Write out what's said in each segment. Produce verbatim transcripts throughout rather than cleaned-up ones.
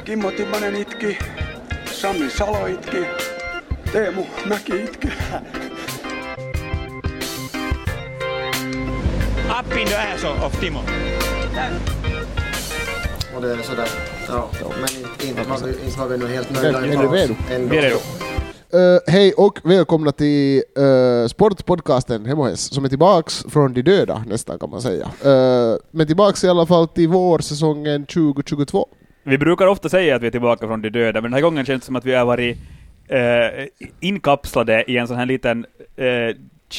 Kimmo Timonen itki, Sami Salo itki, Teemu Mäki itki. Up in the ass of, of Timo. Och det är sådär. Ja, men inte har vi, inte har vi nu helt nöjda. Är du redo? Vi är redo. Uh, hej och välkomna till uh, sportpodcasten Hemohes som är tillbaks från de döda nästan kan man säga. Uh, men tillbaks i alla fall till vårsäsongen tjugo tjugotvå. Vi brukar ofta säga att vi är tillbaka från de döda, men den här gången känns det som att vi har varit uh, inkapslade i en sån här liten uh,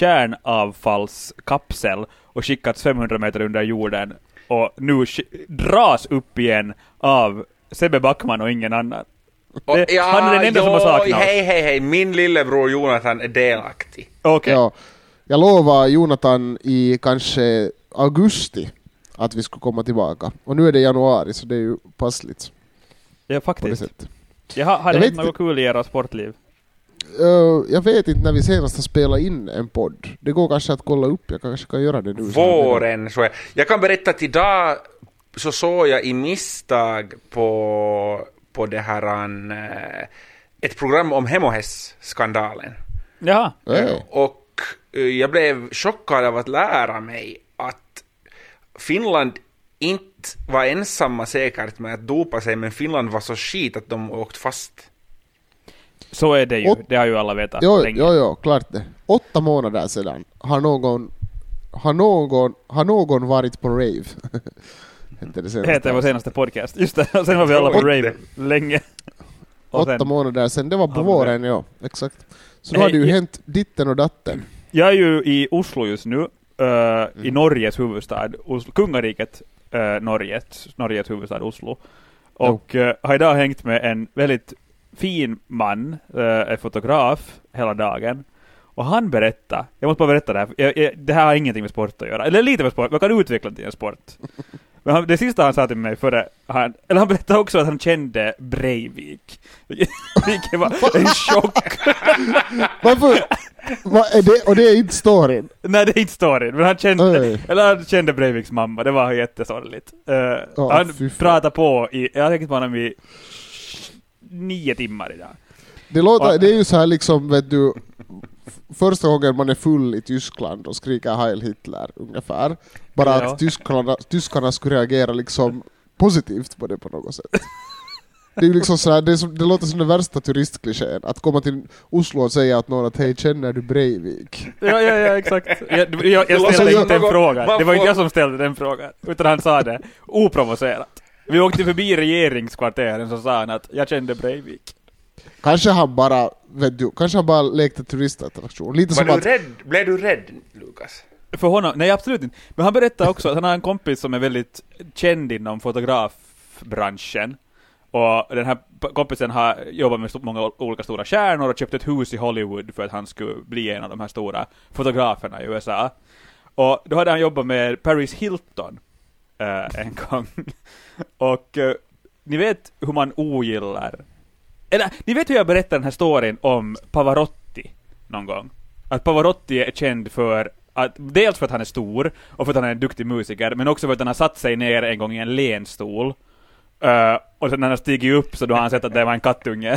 kärnavfallskapsel och skickats femhundra meter under jorden och nu sk- dras upp igen av Sebbe Backman och ingen annan. Och, Det, ja, han är den enda jo, som har saknat oss. hej, hej, hej. Min lillebror Jonathan är delaktig. Okej. Okay. Ja, jag lovar Jonathan i kanske augusti att vi skulle komma tillbaka. Och nu är det januari så det är ju passligt. Ja, På det faktiskt. sättet. Jag har, har Jag det vet hänt något kul i era sportliv? Uh, jag vet inte när vi senast har spelat in en podd. Det går kanske att kolla upp. Jag kanske kan göra det nu. Våren, så jag. Jag kan berätta att idag så såg jag i misstag på, på det här an, ett program om Hemohes-skandalen. Jaha. Hey. Och jag blev chockad av att lära mig att Finland inte var ensamma säkert med att dopa sig, men Finland var så skit att de åkt fast. Så är det ju. Och, det har ju alla vetat jo, länge. jo, jo, klart det. Åtta månader sedan har någon har någon, har någon varit på rave. Hette det senaste. Heter vår senaste podcast. Just det, sen var vi alla på rave länge. Och Åtta sen, månader sedan, det var på Ja, våren, ja. Exakt. Så nu Hej, har det ju jag- hänt ditten och datten. jag är ju i Oslo just nu, uh, Mm. i Norges huvudstad, Oslo, kungariket uh, Norget, Norges huvudstad Oslo. Och uh, har idag hängt med en väldigt fin man, uh, en fotograf, hela dagen. Och han berättar, jag måste bara berätta det här, jag, jag, det här har ingenting med sport att göra, eller lite med sport, man kan utveckla det till en sport. Men han, det sista han sa till mig före, han, eller han berättade också att han kände Breivik. Vilket var en chock. Varför? Va, är det, och det är inte storyn. Nej, det är inte storyn, men han kände, Oj. eller han kände Breiviks mamma, det var jättesorgligt. Uh, Åh, han fy fan. pratade på i, jag har tänkt på honom i nio timmar idag. Det, låter, Och- det är ju så här liksom, vet du, första gången man är full i Tyskland och skriker Heil Hitler ungefär. Bara Ja. att tyskarna, tyskarna skulle reagera liksom positivt på det på något sätt. Det är ju liksom så här, det, är som, det låter som den värsta turistklichén. Att komma till Oslo och säga att någon att hej, känner du Breivik? Ja, ja, ja, exakt. Jag, jag, jag låter ställde som inte en något- fråga. man Det var inte får- jag som ställde den frågan, utan han sa det oprovocerat. Vi åkte förbi regeringskvarteren, så sa han att jag kände Breivik. Kanske han bara, vet du, kanske han bara lekte turistattraktion. Lite Var som du att, rädd? Blev du rädd, Lukas? För honom, nej absolut inte. Men han berättade också att han har en kompis som är väldigt känd inom fotografbranschen. Och den här p- kompisen har jobbat med st- många olika stora stjärnor och köpt ett hus i Hollywood för att han skulle bli en av de här stora fotograferna i U S A. Och då hade han jobbat med Paris Hilton eh, en gång. Och eh, ni vet hur man ogillar... Eller, ni vet hur jag berättade den här storyn om Pavarotti någon gång? Att Pavarotti är känd för att, dels för att han är stor och för att han är en duktig musiker, men också för att han har satt sig ner en gång i en lenstol. Uh, och sen när han stigit upp så då har han sett att det var en kattunge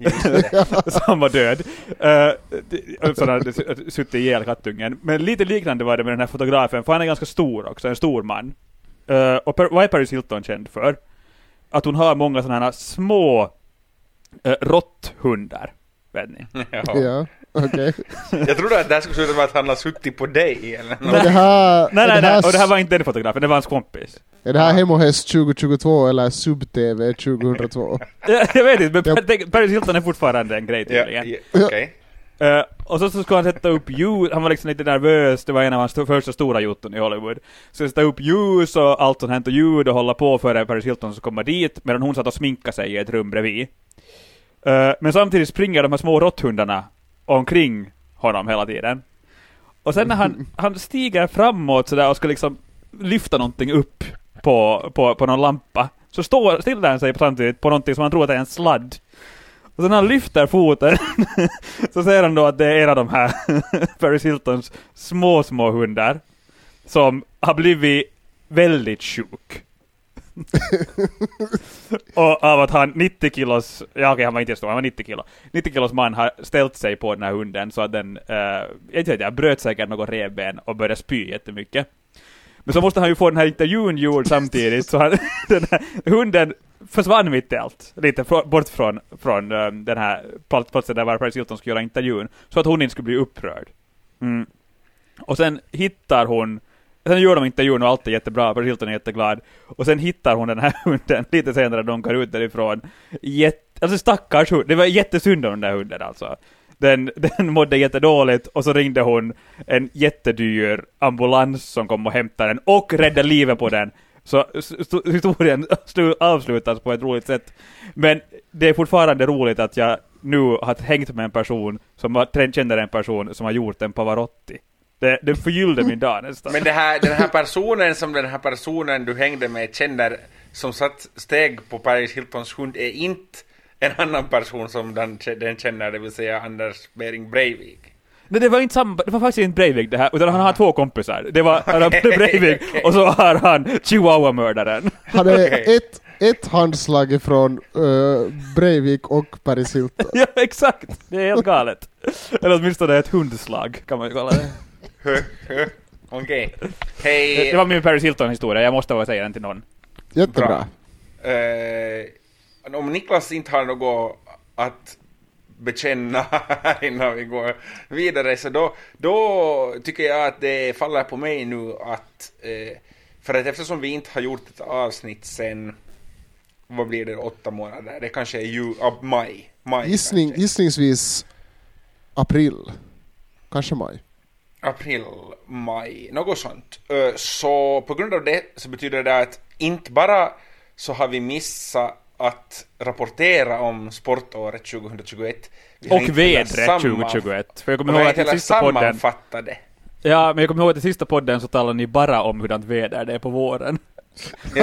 som var död. Uh, så han hade suttit ihjäl kattungen. Men lite liknande var det med den här fotografen, för han är ganska stor också, en stor man. Uh, och per, vad är Paris Hilton känd för? Att hon har många sådana här små uh, råtthundar, vet ni? Ja. ja, okej. Jag trodde att det här skulle sluta med att han har suttit på dig eller något. Men det här, Nej, är nej, det här, nej, och det här var inte den fotografen, det var hans kompis. är det här Hemohäst tjugo tjugotvå eller Sub-T V tjugohundratvå? Jag, jag vet inte, men Ja. Par- Paris Hilton är fortfarande en grej Ja, tydligen. ja, okej. Uh, och så, så skulle han sätta upp ljus, han var liksom lite nervös, det var en av hans sto- första stora jotton i Hollywood. Så sätta upp ljus och allt sånt här och ljud och hålla på för Paris Hilton som kommer dit, medan hon satt och sminkade sig i ett rum bredvid. Uh, men samtidigt springer de här små råtthundarna omkring honom hela tiden. Och sen när han, han stiger framåt sådär och ska liksom lyfta någonting upp på, på, på någon lampa, så står, stillar han sig på samtidigt på någonting som han tror att är en sladd. Och sen när han lyfter foten så ser han då att det är en av de här Paris Hiltons små, små hundar som har blivit väldigt sjuk. Och av att han nittio kilos, ja okej han var inte stor, han var nittio kilo. nittio kilos man har ställt sig på den här hunden så att den, uh, jag vet inte, jag bröt säkert något revben och började spy jättemycket. Men så måste han ju få den här intervjun gjord samtidigt så han, den här hunden försvann mitt i allt. Lite fr- bort från, från um, den här platsen där var Paris Hilton skulle göra intervjun så att hon inte skulle bli upprörd. Mm. Och sen hittar hon, sen gör de intervjun och allt är jättebra, Paris Hilton är jätteglad. Och sen hittar hon den här hunden lite senare de går ut därifrån. Jätte, alltså stackars hund, det var jättesynd om den där hunden alltså. Den, den mådde jättedåligt och så ringde hon en jättedyr ambulans som kom och hämtade den och räddade livet på den. Så st- historien st- avslutas på ett roligt sätt. Men det är fortfarande roligt att jag nu har hängt med en person som har, känner en person som har gjort en Pavarotti. Det, det förgyllde min dag nästan. Men det här, den här personen som den här personen du hängde med känner som satt steg på Paris Hiltons hund är inte en annan person som den, den känner, det vill säga Anders Bering Breivik. Nej, det var inte samma, det var faktiskt inte Breivik det här, utan han har två kompisar. Det var okay, Breivik okay. Och så har han Chihuahua-mördaren. Han är okay. ett, ett handslag ifrån uh, Breivik och Paris Hilton. Ja, exakt. Det är helt galet. Eller åtminstone ett hundslag kan man ju kalla det. Okej. Okay. Hej. Det var min Paris Hilton-historia, jag måste bara säga den till någon. Jättebra. Uh, om Niklas inte har något att bekänna innan vi går vidare så då, då tycker jag att det faller på mig nu att eh, för att eftersom vi inte har gjort ett avsnitt sen vad blir det, åtta månader, det kanske är ju av maj, maj Gissning, gissningsvis april, kanske maj april, maj, något sånt. Uh, så på grund av det så betyder det att inte bara så har vi missat att rapportera om sportåret tjugohundratjugoett. Och vädret tjugohundratjugoett. För jag kommer ihåg att i sista podden... det. Ja, men jag kommer ihåg att i sista podden så talar ni bara om hurdant väder det är på våren. Ja,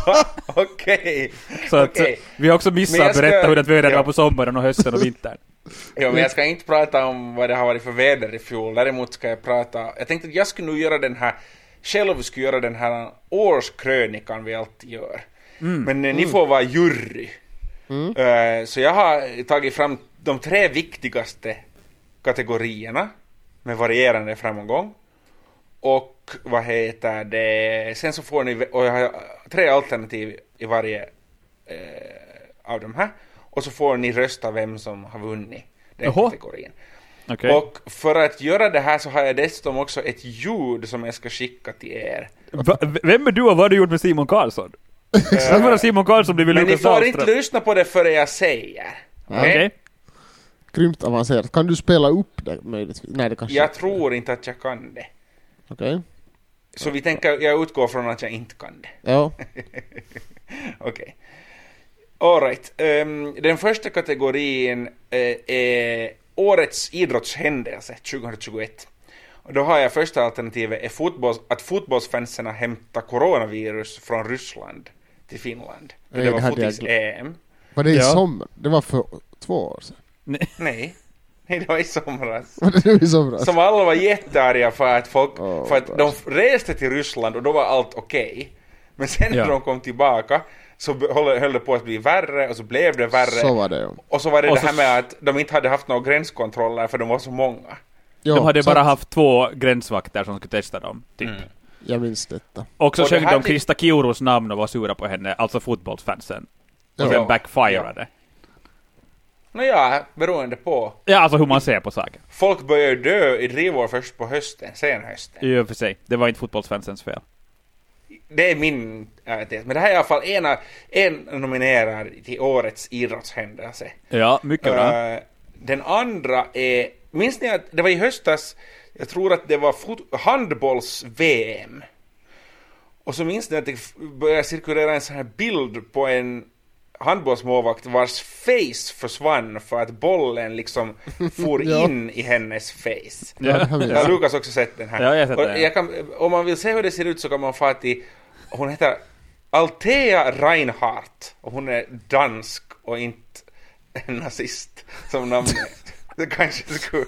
okej. Så att okay. vi har också missat att berätta hurdant väder ja. var på sommaren och hösten och vintern. Ja, men jag ska inte prata om vad det har varit för väder i fjol. Däremot ska jag prata... Jag tänkte att jag skulle nog göra den här... Själv skulle göra den här årskrönikan vi alltid gör. Mm. Men eh, ni får vara jury. Mm. Uh, så jag har tagit fram de tre viktigaste kategorierna med varierande framgång. Och vad heter det? Sen så får ni, och jag har tre alternativ i varje uh, av de här. Och så får ni rösta vem som har vunnit den Oho. kategorin. Okay. Och för att göra det här så har jag dessutom också ett ljud som jag ska skicka till er. Va, vem är du och vad har du gjort med Simon Karlsson? Det var Simon Karlsson blir väl Men ni får Dahlström. Inte lyssna på det förrän jag säger. Okej. Okay? Okay. Grymt avancerat. Kan du spela upp det möjligtvis? Nej, det kanske Jag inte. tror inte att jag kan det. Okej. Okay. Så vi tänker, jag utgår från att jag inte kan det. Ja. Okej. Okay. All right. Um, den första kategorin uh, är årets idrottshändelse tjugohundratjugoett. Och då har jag första alternativet är fotbolls, att fotbollsfansen har hämtat coronavirus från Ryssland till Finland. Nej, det var det fotis-E M. Var det i ja. sommar? Det var för två år sedan. Nej. Nej. Nej, det var i somras. Var det i somras? Som alla var jättearga för att folk, oh, för att de reste till Ryssland och då var allt okej. Okay. Men sen ja. när de kom tillbaka så höll det på att bli värre och så blev det värre. Så var det, ja. Och så var det och det så... här med att de inte hade haft några gränskontroller för de var så många. Jo, de hade bara att... haft två gränsvakter som skulle testa dem, typ. Mm. Jag minns detta. Och så och sjöng de Krista Kiurus namn och var sura på henne, alltså fotbollsfansen. Och ja. sen backfirade. Ja. ja, beroende på... Ja, alltså hur man ser på saken. Folk började dö i drivor först på hösten, sen hösten. Jo, för sig. Det var inte fotbollsfansens fel. Det är min ärlighet. Men det här är i alla fall en, en nominerad till årets idrottshändelse. Ja, mycket bra. Uh, den andra är... Minns ni att det var i höstas, jag tror att det var fot- handbolls-V M. Och så minns ni att det började cirkulera en sån här bild på en handbollsmålvakt vars face försvann för att bollen liksom for ja. in i hennes face. Ja, jag har Lukas också sett den här. Ja, jag sett och den. Jag kan, om man vill se hur det ser ut så kan man få till, hon heter Althea Reinhardt och hon är dansk och inte en nazist som namn. Det kanske skulle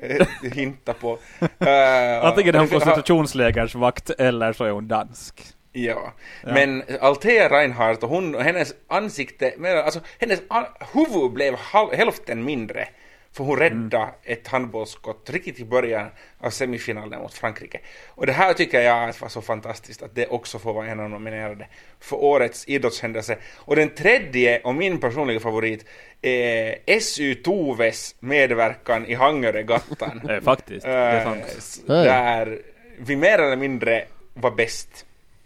hinta på. Uh, Antingen är hon koncentrationslägers vakt eller så är hon dansk. Ja. ja, men Althea Reinhardt och hon, hennes ansikte, alltså hennes an- huvud blev halv, hälften mindre för hon räddade mm. ett handbollsskott riktigt i början av semifinalen mot Frankrike. Och det här tycker jag var så fantastiskt att det också får vara en av nominerade för årets idrottshändelse. Och den tredje och min personliga favorit är S U Toves medverkan i Hangeregattan. Nej, faktiskt. Det är sant. Där vi mer eller mindre var bäst.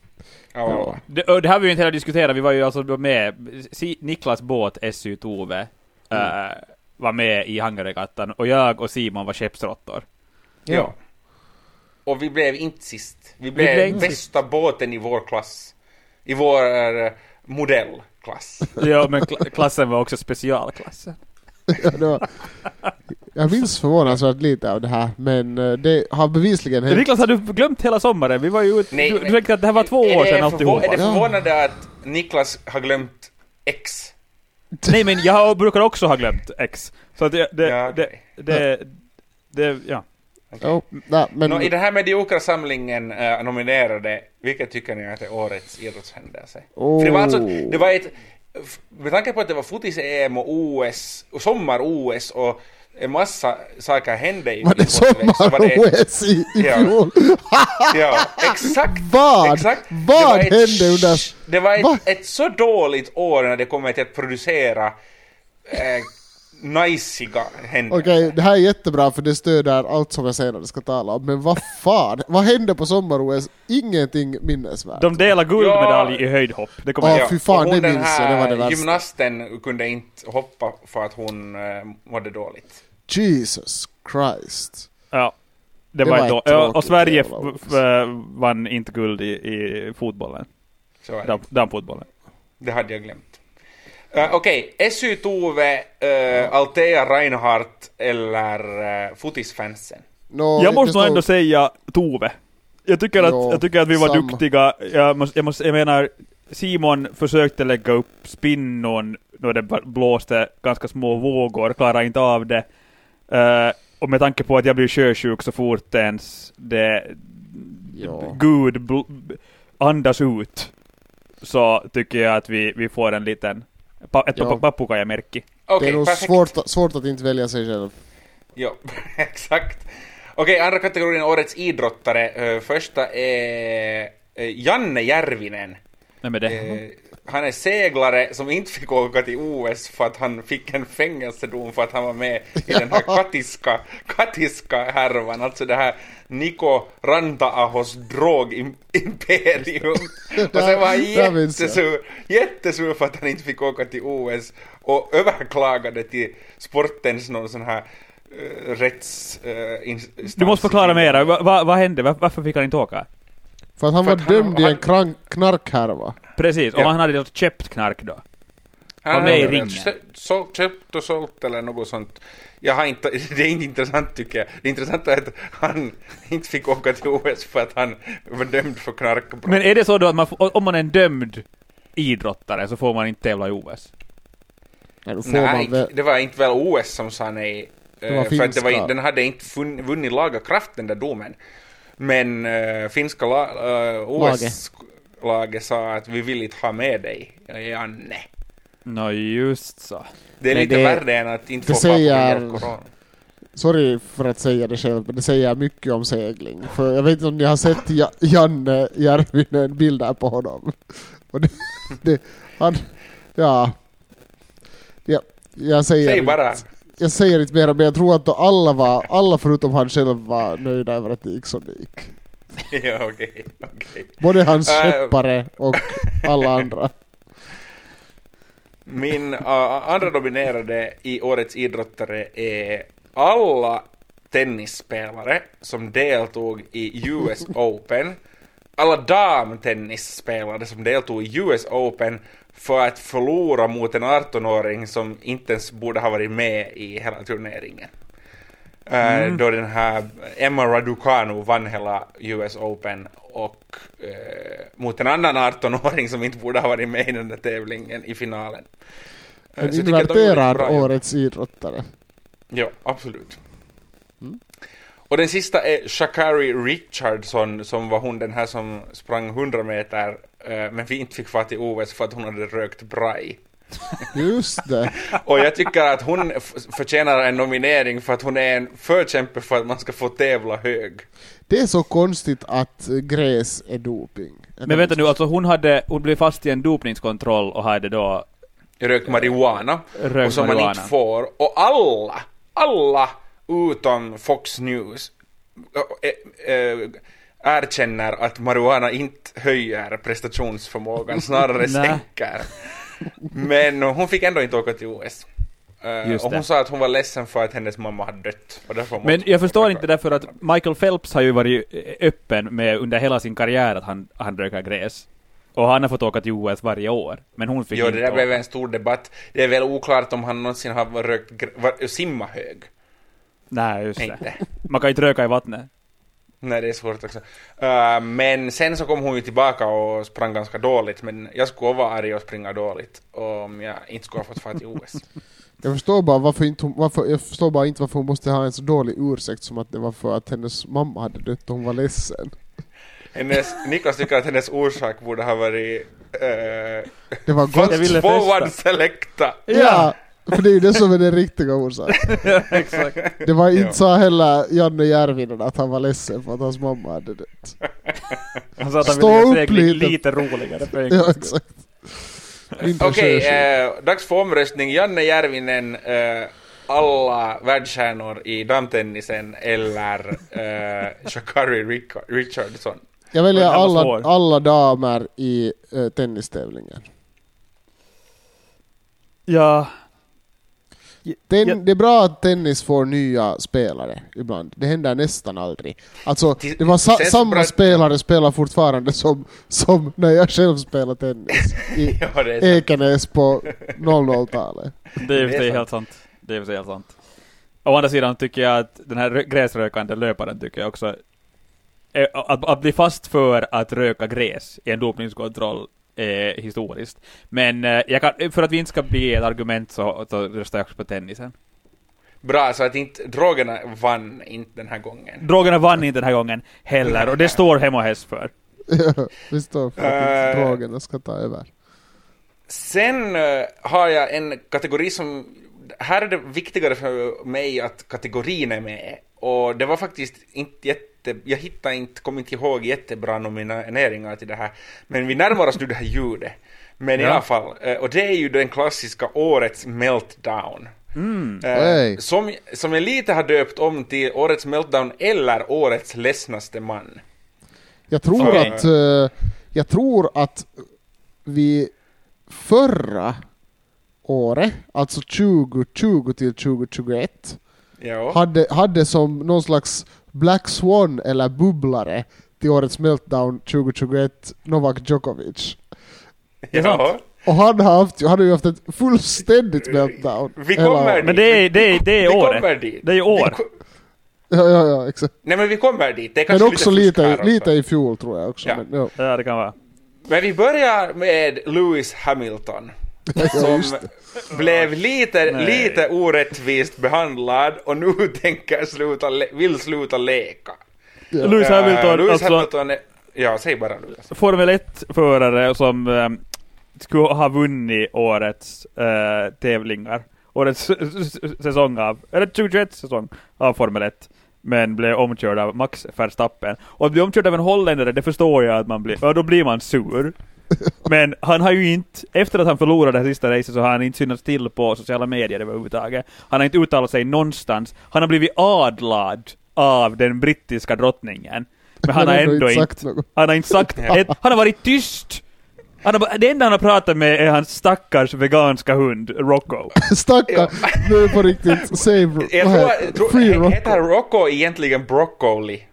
Ja. Det, och det här vi ju inte heller diskuterat. Vi var ju alltså med Niklas båt S U Tove mm. äh, var med i Hangeregattan och jag och Simon var skeppsråttor. Ja. ja. Och vi blev inte sist. Vi blev, vi blev bästa sist. Båten i vår klass. I vår uh, modellklass. Ja, men kl- klassen var också specialklassen. Ja, det var, jag minns förvånansvärt lite av det här, men det har bevisligen hänt. Niklas, har du glömt hela sommaren? Vi var ju ut, Nej, du, du tänkte att det här var två år sedan alltihop. Är det förvånande ja. att Niklas har glömt X? Nej, men jag brukar också ha glömt X. Så det det ja, okay. det, det, det, det ja. Okay. Oh, nej, men no, i den här mediokra samlingen äh, nominerade, vilket tycker ni att är årets idrottshändelse? Oh. För det var alltså, det var ett, med tanke på att det var fotis-E M och O S och sommar-O S och en massa saker hände i var det sommar-O S i, i fjol? Ja, ja, exakt. Vad? Exakt. Vad hände under? Det var ett, ett så dåligt år när det kommer till att producera eh, najsiga händer. Okej, okay, det här är jättebra för det stöder allt som jag senare ska tala om. Men vad fan? Vad hände på sommar-O S? Ingenting minnesvärt. De delar guldmedalj ja. i höjdhopp. Det kommer ja, jag. fy fan, det minns jag. Det var det värsta. Gymnasten kunde inte hoppa för att hon äh, mådde dåligt. Jesus Christ. Ja. Det, det var, var då. Ja, och Sverige f- f- vann inte guld i, i fotbollen. Så är det. Damfotbollen. Det hade jag glömt. Uh, Okej, okay. S U Tove, uh, Althea Reinhardt eller uh, fotisfansen? No, jag måste nog ändå säga Tove. Jag tycker, no, att, jag tycker att vi var sam. duktiga. Jag, måste, jag, måste, jag menar, Simon försökte lägga upp spinnon när det blåste ganska små vågor. Klarade inte av det. Uh, och med tanke på att jag blir sjösjuk så fort ens det ja. Gud bl- andas ut, så tycker jag att vi, vi får en liten pa- ett ja. papukajamärki. Okay, det är nog svårt, svårt att inte välja sig själv. Ja, exakt. Okej, okay, andra kategorin årets idrottare. Uh, första är uh, Janne Järvinen. Vem är det? Uh, han är seglare som inte fick åka till O S för att han fick en fängelsedom för att han var med i den här katiska, katiska härvan. Alltså det här Niko Ranta-ahos drogimperium. Och sen var han jättesur, jättesur för att han inte fick åka till O S och överklagade till sportens någon sån här uh, rättsinstans. Uh, du måste förklara mer. Va, va, vad hände? Var, varför fick han inte åka? För att han för var att dömd han, i en krank, knarkhärva. Precis, och ja. han hade köpt knark då. Han var med i ringen. Så, köpt och sålt eller något sånt. Jag har inte, det är inte intressant tycker jag. Det är intressant att han inte fick åka till O S för att han var dömd för knarkbrott. Men är det så då att man, om man är en dömd idrottare så får man inte tävla i O S? Nej, nej väl... det var inte väl O S som sa nej. Det var för att det var, den hade inte fun, vunnit laga kraft den där domen. Men uh, finska la, uh, O S-laget sa att vi vill inte ha med dig, Janne. Nå no, just så. Det är men lite det, värre än att inte få säger, corona. Sorry för att säga det själv, men det säger mycket om segling. För jag vet inte om ni har sett ja, Janne Järvinen bilder på honom. Och det, det, han, ja, ja, jag säger Säg bara. Inte, jag säger inte mer, men jag tror att alla, var, alla förutom han själv var nöjda över att det gick som det gick. Ja, okej. Okay, okay. Både hans köpare och alla andra. Min uh, andra nominerade i årets idrottare är alla tennisspelare som deltog i U S Open. Alla damtennisspelare som deltog i U S Open för att förlora mot en arton-åring som inte ens borde ha varit med i hela turneringen. Mm. Uh, då den här Emma Raducanu vann hela U S Open och uh, mot en annan arton-åring som inte borde ha varit med i den där tävlingen i finalen. Uh, en inverterar årets idrottare. Ja, absolut. Mm. Och den sista är Sha'Carri Richardson, som var hon den här som sprang hundra meter uh, men vi inte fick få till O S för att hon hade rökt braj. Just det. Och jag tycker att hon f- förtjänar en nominering för att hon är en förkämpe för att man ska få tävla hög. Det är så konstigt att gräs är doping. Men vänta nu, alltså hon hade hon blev fast i en dopningskontroll och hade då Rökt marijuana. Rökt och som marijuana. man inte får. Och alla, alla utom Fox News äh, äh, erkänner att marijuana inte höjer prestationsförmågan, snarare sänker. Men hon fick ändå inte åka till O S. Uh, och hon det. sa att hon var ledsen för att hennes mamma hade dött. Och därför Men jag förstår inte därför att Michael Phelps har ju varit öppen med under hela sin karriär att han, han röker gräs. Och han har fått åka till O S varje år. Men hon fick jo, inte det där åka. blev en stor debatt. Det är väl oklart om han någonsin har rökt gr- var, simma hög. Nej, just Inte. det. Man kan inte röka i vattnet. Nej, det är svårt också. Uh, men sen så kom hon ju tillbaka och sprang ganska dåligt. Men jag skulle vara arg och springa dåligt om jag inte skulle ha fått fara till O S. Jag förstår bara varför inte hon, varför, jag förstår bara inte varför hon måste ha en så dålig ursäkt som att det var för att hennes mamma hade dött och hon var ledsen. Hennes, Niklas tycker att hennes orsak borde ha varit uh, Det var gott. Jag ville två festa. one selecta. Ja, för det är ju det som är den riktiga orsaken. Exakt. Det var inte Ja. så heller Janne Järvinen att han var ledsen för att hans mamma hade dött. Han sa att han Stå ville göra upp sig lite. lite roligare för en Ja, gångs skull. exakt. Okej, eh, dags för omröstning. Janne Järvinen, eh, alla världstjärnor i damtennisen eller eh, Sha'Carri Rick- Richardson. Jag väljer Den här var alla, svår. alla damer i uh, tennistävlingen. Ja. Den, Ja. Det är bra att tennis får nya spelare ibland. Det händer nästan aldrig. Alltså, Det- det var sa- sen så samma bra- spelare spelar fortfarande som, som när jag själv spelade tennis i Ja, det är sant. Ekenäs på noll noll-talet. Det är, Det är det är sant. helt sant. Det är helt sant. Å andra sidan tycker jag att den här rö- gräsrökande löparen tycker jag också är, att, att bli fast för att röka gräs i en dopningskontroll är historiskt. Men eh, jag kan, för att vi inte ska bli ett argument så, så röstar jag också på tennisen. Bra, så att inte drogerna vann inte den här gången. Drogerna vann inte den här gången heller och det står hem och häst för. Ja, vi står för att inte Eh. drogerna ska ta över. Sen uh, har jag en kategori som... Här är det viktigare för mig att kategorin är med. Och det var faktiskt inte jätte... Jag hittade inte, kom inte ihåg jättebra nomineringar till det här. Men vi närmar oss nu det här ljudet. Men i Ja. alla fall. Uh, och det är ju den klassiska årets meltdown. Mm. Uh, Hey. som, som jag lite har döpt om till årets meltdown eller årets ledsnaste man. Jag tror Okej. att eh, jag tror att vi förra året, alltså tjugo tjugo till tjugo tjugoett, Ja. hade, hade som någon slags Black Swan eller bubblare till årets meltdown tjugo tjugoett Novak Djokovic. är sant. Och han har haft, han har ju haft ett fullständigt meltdown. Vi Hela kommer året. Men det är, det är, det är Vi året. kommer dit. Det är år. Vi- Ja, ja, ja, exakt. Nej, men vi kommer dit. Det är Men kanske också lite, fusk lite, här också. lite i fjol tror jag också. Ja. Men, ja. Ja, det kan vara. Men vi börjar med Lewis Hamilton. Ja, Som just det. blev lite, Nej. lite orättvist behandlad och nu tänker sluta, le- vill sluta leka. Ja. Lewis Eh, Hamilton, Lewis alltså Hamilton är, ja, säg bara Lukas. Formel ett-förare som eh, skulle ha vunnit årets eh, tävlingar. Årets s- s- säsong av, eller tjugohundratjugoett säsong av Formel ett. Men blev omkörd av Max Verstappen. Och att bli omkörd av en holländare, det förstår jag att man blir. Ja, då blir man sur. Men han har ju inte, efter att han förlorade det sista racet så har han inte synats till på sociala medier överhuvudtaget. Han har inte uttalat sig någonstans. Han har blivit adlad av den brittiska drottningen. Men han har ändå inte, sagt något. han har inte sagt ett, han har varit tyst. Han har, det enda han har pratat med är hans stackars veganska hund, Rocco. Stackarn, nu är på riktigt save, Jag vad tror, heter- jag tror, free Rocco. heter Rocco egentligen Broccoli?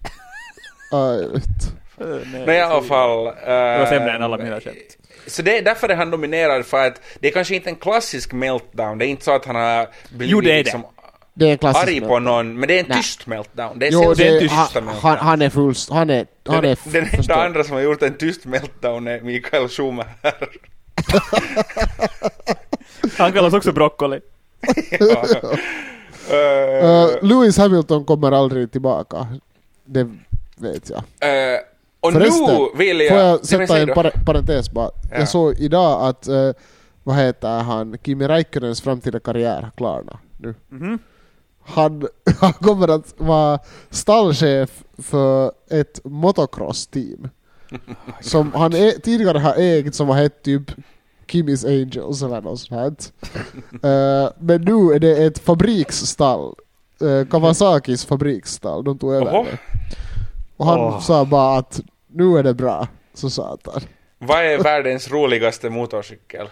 Ja, jag vet. Nej, i alla fall. Det var sämre än alla mina skämt. Så det, därför är han nominerad för att det är kanske inte en klassisk meltdown. Det är inte så att han har blivit Jo, det är det. liksom Det är en klassisk arg på meltdown. någon, men det är en Nej. tyst meltdown. Det är Jo, sällsynt det, tysta han, meltdown. han, han är full, han är, han är Den, den enda förstådd. andra som har gjort en tyst meltdown är Mikael Schumacher. Han kallas också Broccoli. Ja. Uh, Lewis Hamilton kommer aldrig tillbaka. Det vet jag. Uh, och Förresten, nu vill jag... får jag sätta en då? par- parentes bara. Ja. Jag såg idag att, uh, vad heter han, Kimi Räikkönens framtida karriär har klarnat nu. Mhm. Han, han kommer att vara stallchef för ett motocross-team. Som han ä- tidigare har ägt, som har hett typ Kimmy's Angels eller något sånt här. uh, Men nu är det ett fabriksstall. Uh, Kawasakis fabriksstall. De tog över Oho. det. Och han Åh. sa bara att nu är det bra. Så sa han. Vad är världens roligaste motorcykel?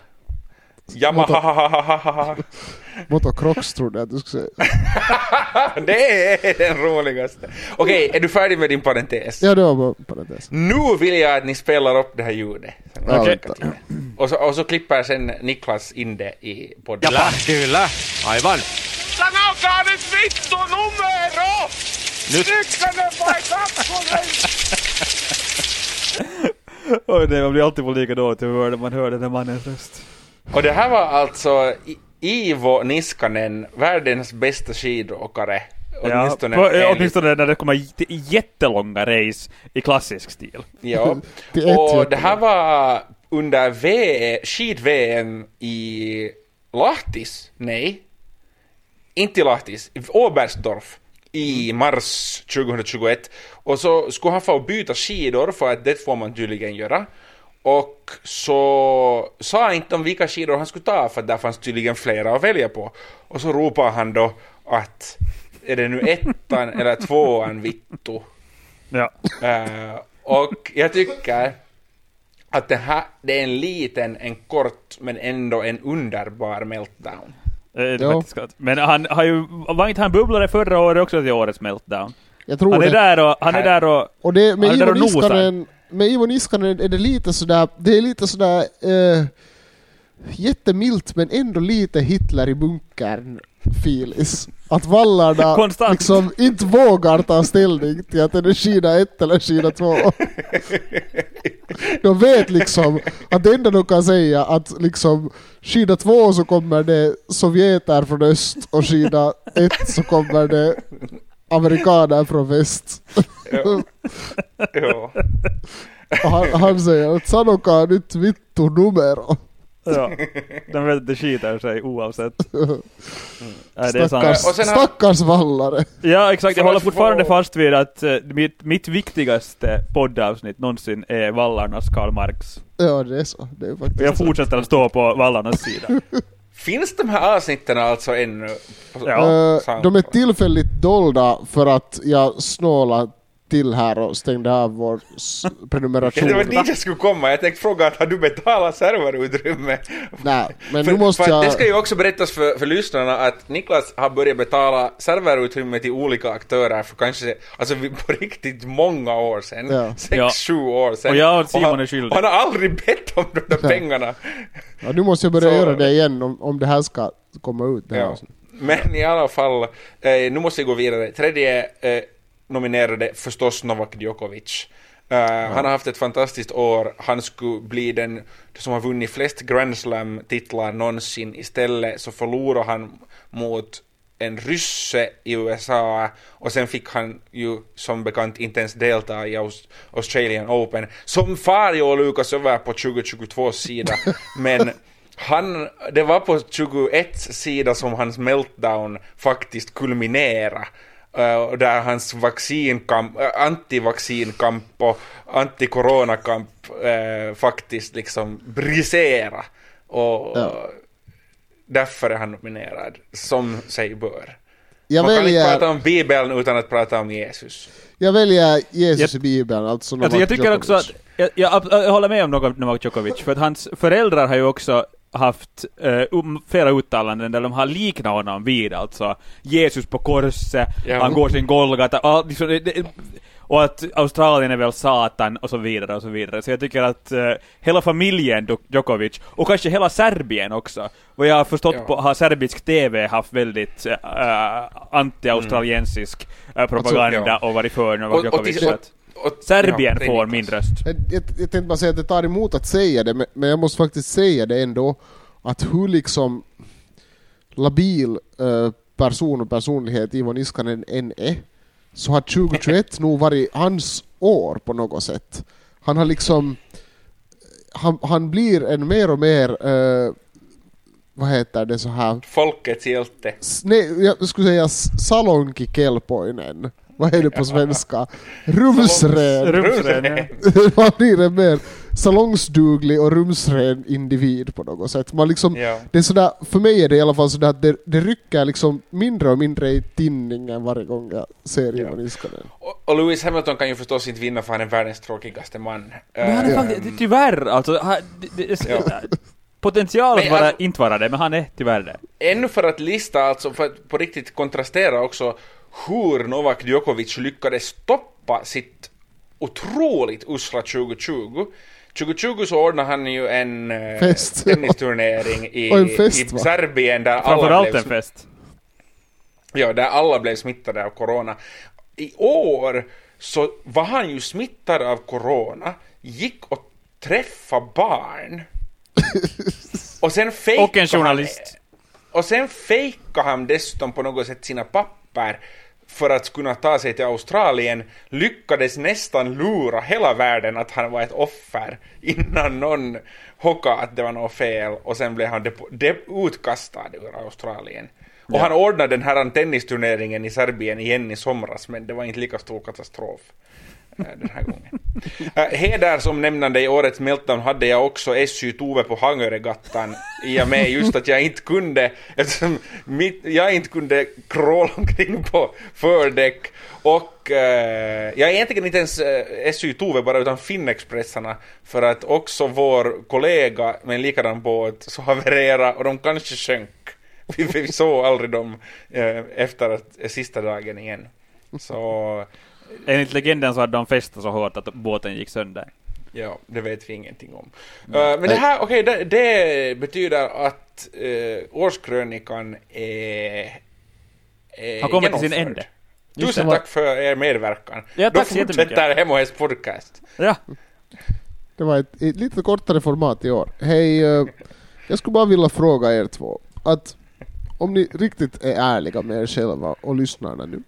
Yamaha. Motocross trodde jag att du skulle säga. Det är den roligaste. Okej, är du färdig med din parentes? Ja, det var bara parentes. Nu vill jag att ni spelar upp det här ljudet. Ja, Okej. vänta. Och så, och så klipper sen Niklas in det i podden. Kyllä, kyllä. Aivan. Sanokaa nyt vittu numero! Nyt. Ykkönen vai kakkonen? Oj, det blir alltid på lika dåligt humör när man hör den här mannens röst. Och det här var alltså I- Ivo Niskanen, världens bästa skidåkare. Ja, Åtminstone på, enligt- åtminstone när det kommer j- jättelånga race i klassisk stil. Ja. Det är ett Och det jättebra. här var under V- skid-V M i Lahtis. Nej. Inte i Lahtis. I Oberstdorf i mars tjugohundratjugoett. Och så skulle han få byta skidor, för att det får man tydligen göra. Och så sa inte om vilka skidor han skulle ta, för där fanns tydligen flera att välja på. Och så ropade han då att är det nu ettan eller tvåan vittu? Ja. Uh, och jag tycker att det här det är en liten, en kort men ändå en underbar meltdown. Eh, Det är Ja. faktiskt gott. Men han har ju, var inte han bubblare förra året också till årets meltdown? Jag tror Han är det. där och, han är Här. där och, Och det, med Han är Ivo där och nosar. Niskanen, med Ivo Niskanen är det lite sådär, det är lite sådär eh, jättemilt men ändå lite Hitler i bunkern filis. Att vallarna Konstant. liksom inte vågar ta ställning till att det är skida ett eller skida två. De vet liksom att det enda de kan säga att liksom skida två så kommer det sovjeter från öst och skida ett så kommer det amerikaner från väst. Ja. Ja. Och han, han säger att sanokaa nyt vittu numero. ja, de vet att det skiter sig oavsett. Nej, det är Stackars, sant. Och sen har- stackars vallare. Ja, exakt. Jag För håller att fortfarande få- fast vid att uh, mitt, mitt viktigaste poddavsnitt någonsin är Vallarnas Karl Marx. Ja, det är så. Det är faktiskt Och jag så. fortsätter att stå på Vallarnas sida. Finns de här avsnitten alltså ännu? Ja. Eh, Sant. de är tillfälligt dolda för att jag snålar till här och stängde av vår s- Ja, prenumeration. det var dit jag skulle komma. Jag tänkte fråga att har du betalat serverutrymme? Nej, men för, nu måste för att jag... det ska ju också berättas för, för lyssnarna att Niklas har börjat betala serverutrymme till olika aktörer för kanske, alltså vi- på riktigt många år sedan. Ja. Sex, Ja. sju år sedan. Och jag och Simon han, är skyldig. han har aldrig bett om de där Ja. pengarna. Ja, nu måste jag börja Så- göra det igen om, om det här ska komma ut. Det här Ja. också. Men i alla fall, eh, nu måste jag gå vidare. Tredje eh, nominerade förstås Novak Djokovic. Uh, Han har haft ett fantastiskt år. Han skulle bli den som har vunnit flest Grand Slam-titlar någonsin. Istället så förlorar han mot en rysse i U S A och sen fick han ju som bekant inte ens delta i Aust- Australian Open. Som Fario Lukas över på tjugohundratjugotvå sida. Men han, det var på tjugoett sida som hans meltdown faktiskt kulminerade. Uh, där hans vaccinkamp, uh, antivaccinkamp och antikoronakamp uh, faktiskt liksom brisera. Och Ja. uh, därför är han nominerad, som sig bör. Jag Man kan inte prata väljer, om Bibeln utan att prata om Jesus. jag väljer Jesus Jag- i Bibeln, alltså Alltså, jag Novak tycker också Djokovic. att, jag, jag, jag håller med om Novak Novak Djokovic, för att hans föräldrar har ju också haft eh, um, flera uttalanden där de har liknat honom vid, alltså Jesus på korset, Ja. han går sin Golgata, all, liksom, det, det, och att Australien är väl Satan och så vidare och så vidare. Så jag tycker att eh, hela familjen Djok- Djokovic och kanske hela Serbien också, vad jag har förstått Ja. på, har serbisk T V haft väldigt eh, anti-australiensisk eh, propaganda Alltså, ja. och varit för Novak Och- och Djokovic. till- så att Och, Serbien ja, får det är min Niklas. röst. Jag, jag, jag tänkte bara säga att det tar emot att säga det, men, men jag måste faktiskt säga det ändå, att hur liksom labil uh, person och personlighet Ivo Niskanen än är, så har tjugohundratjugoett nog varit hans år på något sätt. Han har liksom han, han blir en mer och mer uh, vad heter det så här? Folkets hjälte. Nej, jag skulle säga salonki kelpoinen. Vad är det på svenska? Rumsren. Rumsren. Man blir en mer salongsduglig och rumsren individ på något sätt. Man liksom, Ja. det är sådär, för mig är det i alla fall sådär att det, det rycker liksom mindre och mindre i tinningen varje gång jag ser Ivo Niskanen. Och, och Lewis Hamilton kan ju förstås inte vinna för han är världens tråkigaste man. Men han är Eh, faktiskt, tyvärr, alltså, han, det, det, Ja. potential att Men vara, alltså- inte vara det, men han är tyvärr det. Ännu för att lista, alltså för att på riktigt kontrastera också hur Novak Djokovic lyckades stoppa sitt otroligt usla tjugohundratjugo. tjugohundratjugo så ordnade han ju en eh, Fest. tennisturnering i, Och en fest, i va? Serbien där alla, Framförallt blev, en fest. ja, där alla blev smittade av corona. I år så var han ju smittad av corona, gick och träffade barn. Och sen fejkade Och en journalist. Han, och sen fejkade han dessutom på något sätt sina papper för att kunna ta sig till Australien, lyckades nästan lura hela världen att han var ett offer innan någon hockade att det var något fel, och sen blev han depo- de- utkastad ur Australien. Och han ordnade den här tennisturneringen i Serbien igen i somras, men det var inte lika stor katastrof eh, den här gången. Uh, heder som nämnande i årets Meltdown hade jag också S Y Tove på Hangöregattan i och med just att jag inte kunde, eftersom mitt, jag inte kunde crawla omkring på fördäck, och uh, jag är egentligen inte ens uh, S Y Tove bara utan Finnexpressarna, för att också vår kollega med en likadan båt så havererade och de kanske sjönk. Vi, vi såg aldrig dem uh, efter att, uh, sista dagen igen. Så Enligt legenden så hade de festat så hårt att båten gick sönder. ja, det vet vi ingenting om. Uh, men det här, okej, okay, det, det betyder att uh, årskrönikan är, är Har kommit till sin genomförd. ände. Tusen tack för er medverkan. Ja, tack så Då jättemycket. fortsätter Hem och Häst podcast. Ja. Det var ett, ett lite kortare format i år. Hej, eh, jag skulle bara vilja fråga er två att om ni riktigt är ärliga med er själva och lyssnarna nu,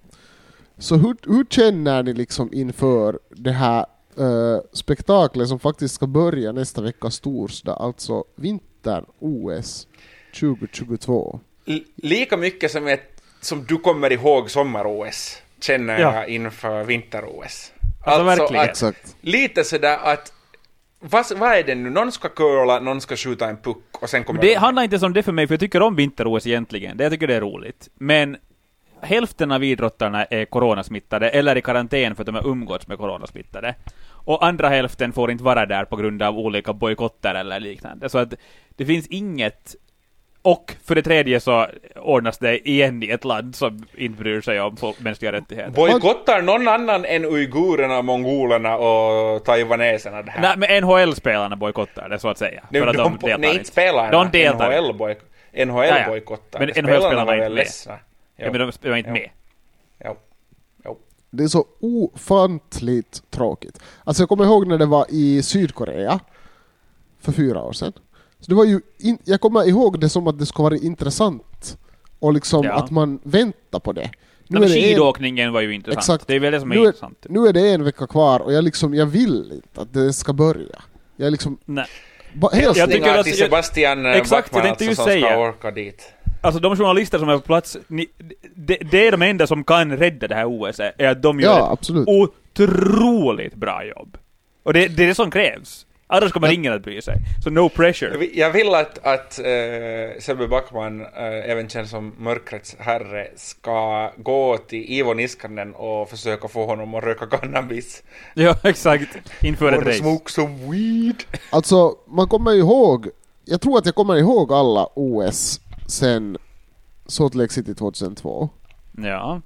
så hur, hur känner ni liksom inför det här uh, spektaklet som faktiskt ska börja nästa vecka torsdag, alltså vintern-O S tjugohundratjugotvå? L- lika mycket som, ett, som du kommer ihåg sommar-O S känner Ja. jag inför vinter-O S. Alltså, verkligen. att, Exakt. lite sådär att vad, vad är det nu? Någon ska curla, någon ska skjuta en puck och sen kommer Det de- handlar inte som det för mig, för jag tycker om vinter-O S egentligen. Det, jag tycker det är roligt. Men hälften av idrottarna är coronasmittade eller i karantän för att de har umgåtts med coronasmittade. Och andra hälften får inte vara där på grund av olika bojkotter eller liknande. Så att det finns inget. Och för det tredje så ordnas det igen i ett land som inte bryr sig om folk- mänskliga rättigheter. Bojkottar någon annan än uigurerna, mongolerna och taiwaneserna det här? Nej, men N H L-spelarna bojkottar det så att säga. Nej, för att de, de, deltar nej, inte spelarna. De deltar. N H L, bojk- N H L Ja, ja. bojkottar. Men Spelarna N H L-spelarna var väl inte med. ledsna. Ja, men de de var inte Jo. med. Jo. Jo. Det är så ofantligt tråkigt. Alltså jag kommer ihåg när det var i Sydkorea för fyra år sedan. Så det var ju in, jag kommer ihåg det som att det skulle vara intressant och liksom Ja. att man väntar på det. Nu är det en, skidåkningen var ju intressant. Exakt. Det är väl det som är nu, är, intressant. nu är det en vecka kvar och jag liksom jag vill inte att det ska börja. Jag liksom Nej. ba, helt Jag tycker Hälsningar att- till Sebastian Exakt, jag Backman tänkte alltså, ju som säga. ska orka dit. Alltså de journalister som är på plats, ni, det, det är de enda som kan rädda det här O S, är att de gör Ja, ett absolut. otroligt bra jobb. Och det, det är det som krävs. Annars kommer ingen att bry sig. Så no Jag pressure. vill, jag vill att, att äh, Sebbe Backman, äh, även känd som mörkrets herre, ska gå till Ivo Niskanen och försöka få honom att röka cannabis. Ja, exakt. Inför ett Wanna race. smoke some weed. Alltså, man kommer ju ihåg, jag tror att jag kommer ihåg alla O S sen Salt Lake City tjugohundratvå. Ja.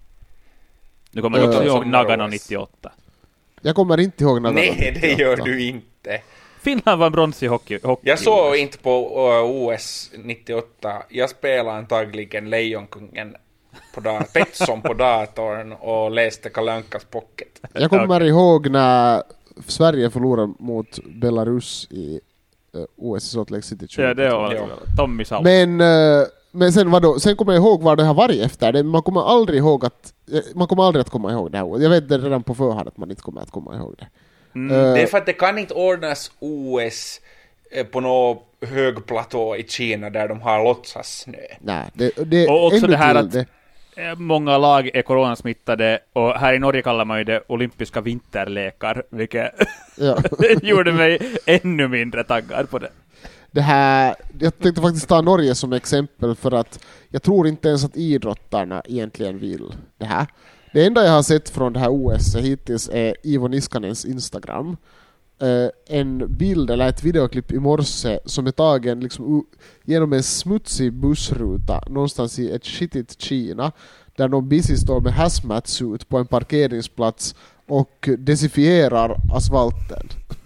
Du kommer också Äh, ihåg som Nagano O S. nittioåtta. Jag kommer inte ihåg när Nej, det gör du inte. Finland var brons i hockey. hockey Jag såg inte på uh, O S nittioåtta. Jag spelade antagligen Lejonkungen på dat- Petson på datorn och läste Kalle Ankas Pocket. Jag kommer Okej. ihåg när Sverige förlorade mot Belarus i uh, O S i Salt Lake City Ja, det tjugohundratjugotvå. var Ja. Tommy Sau. Men uh, men sen vadå, sen kommer jag ihåg vad det har varit efter det. Man kommer aldrig ihåg att man kommer aldrig att komma ihåg det här. Jag vet det redan på förhand att man inte kommer att komma ihåg det. Mm. Uh, det är för att det kan inte ordnas O S på någon hög platå i Kina där de har låtsas snö. Nej, det, det och också det här att det. många lag är coronasmittade och här i Norge kallar man ju det olympiska vinterlekar, vilket ja. gjorde mig ännu mindre taggad på det. Det här, jag tänkte faktiskt ta Norge som exempel för att jag tror inte ens att idrottarna egentligen vill det här. Det enda jag har sett från det här O S hittills är Ivo Niskanens Instagram. Uh, en bild eller ett videoklipp i morse som är tagen liksom u- genom en smutsig bussruta någonstans i ett skitigt Kina där någon busy står med hazmat suit på en parkeringsplats och desinfierar asfalten.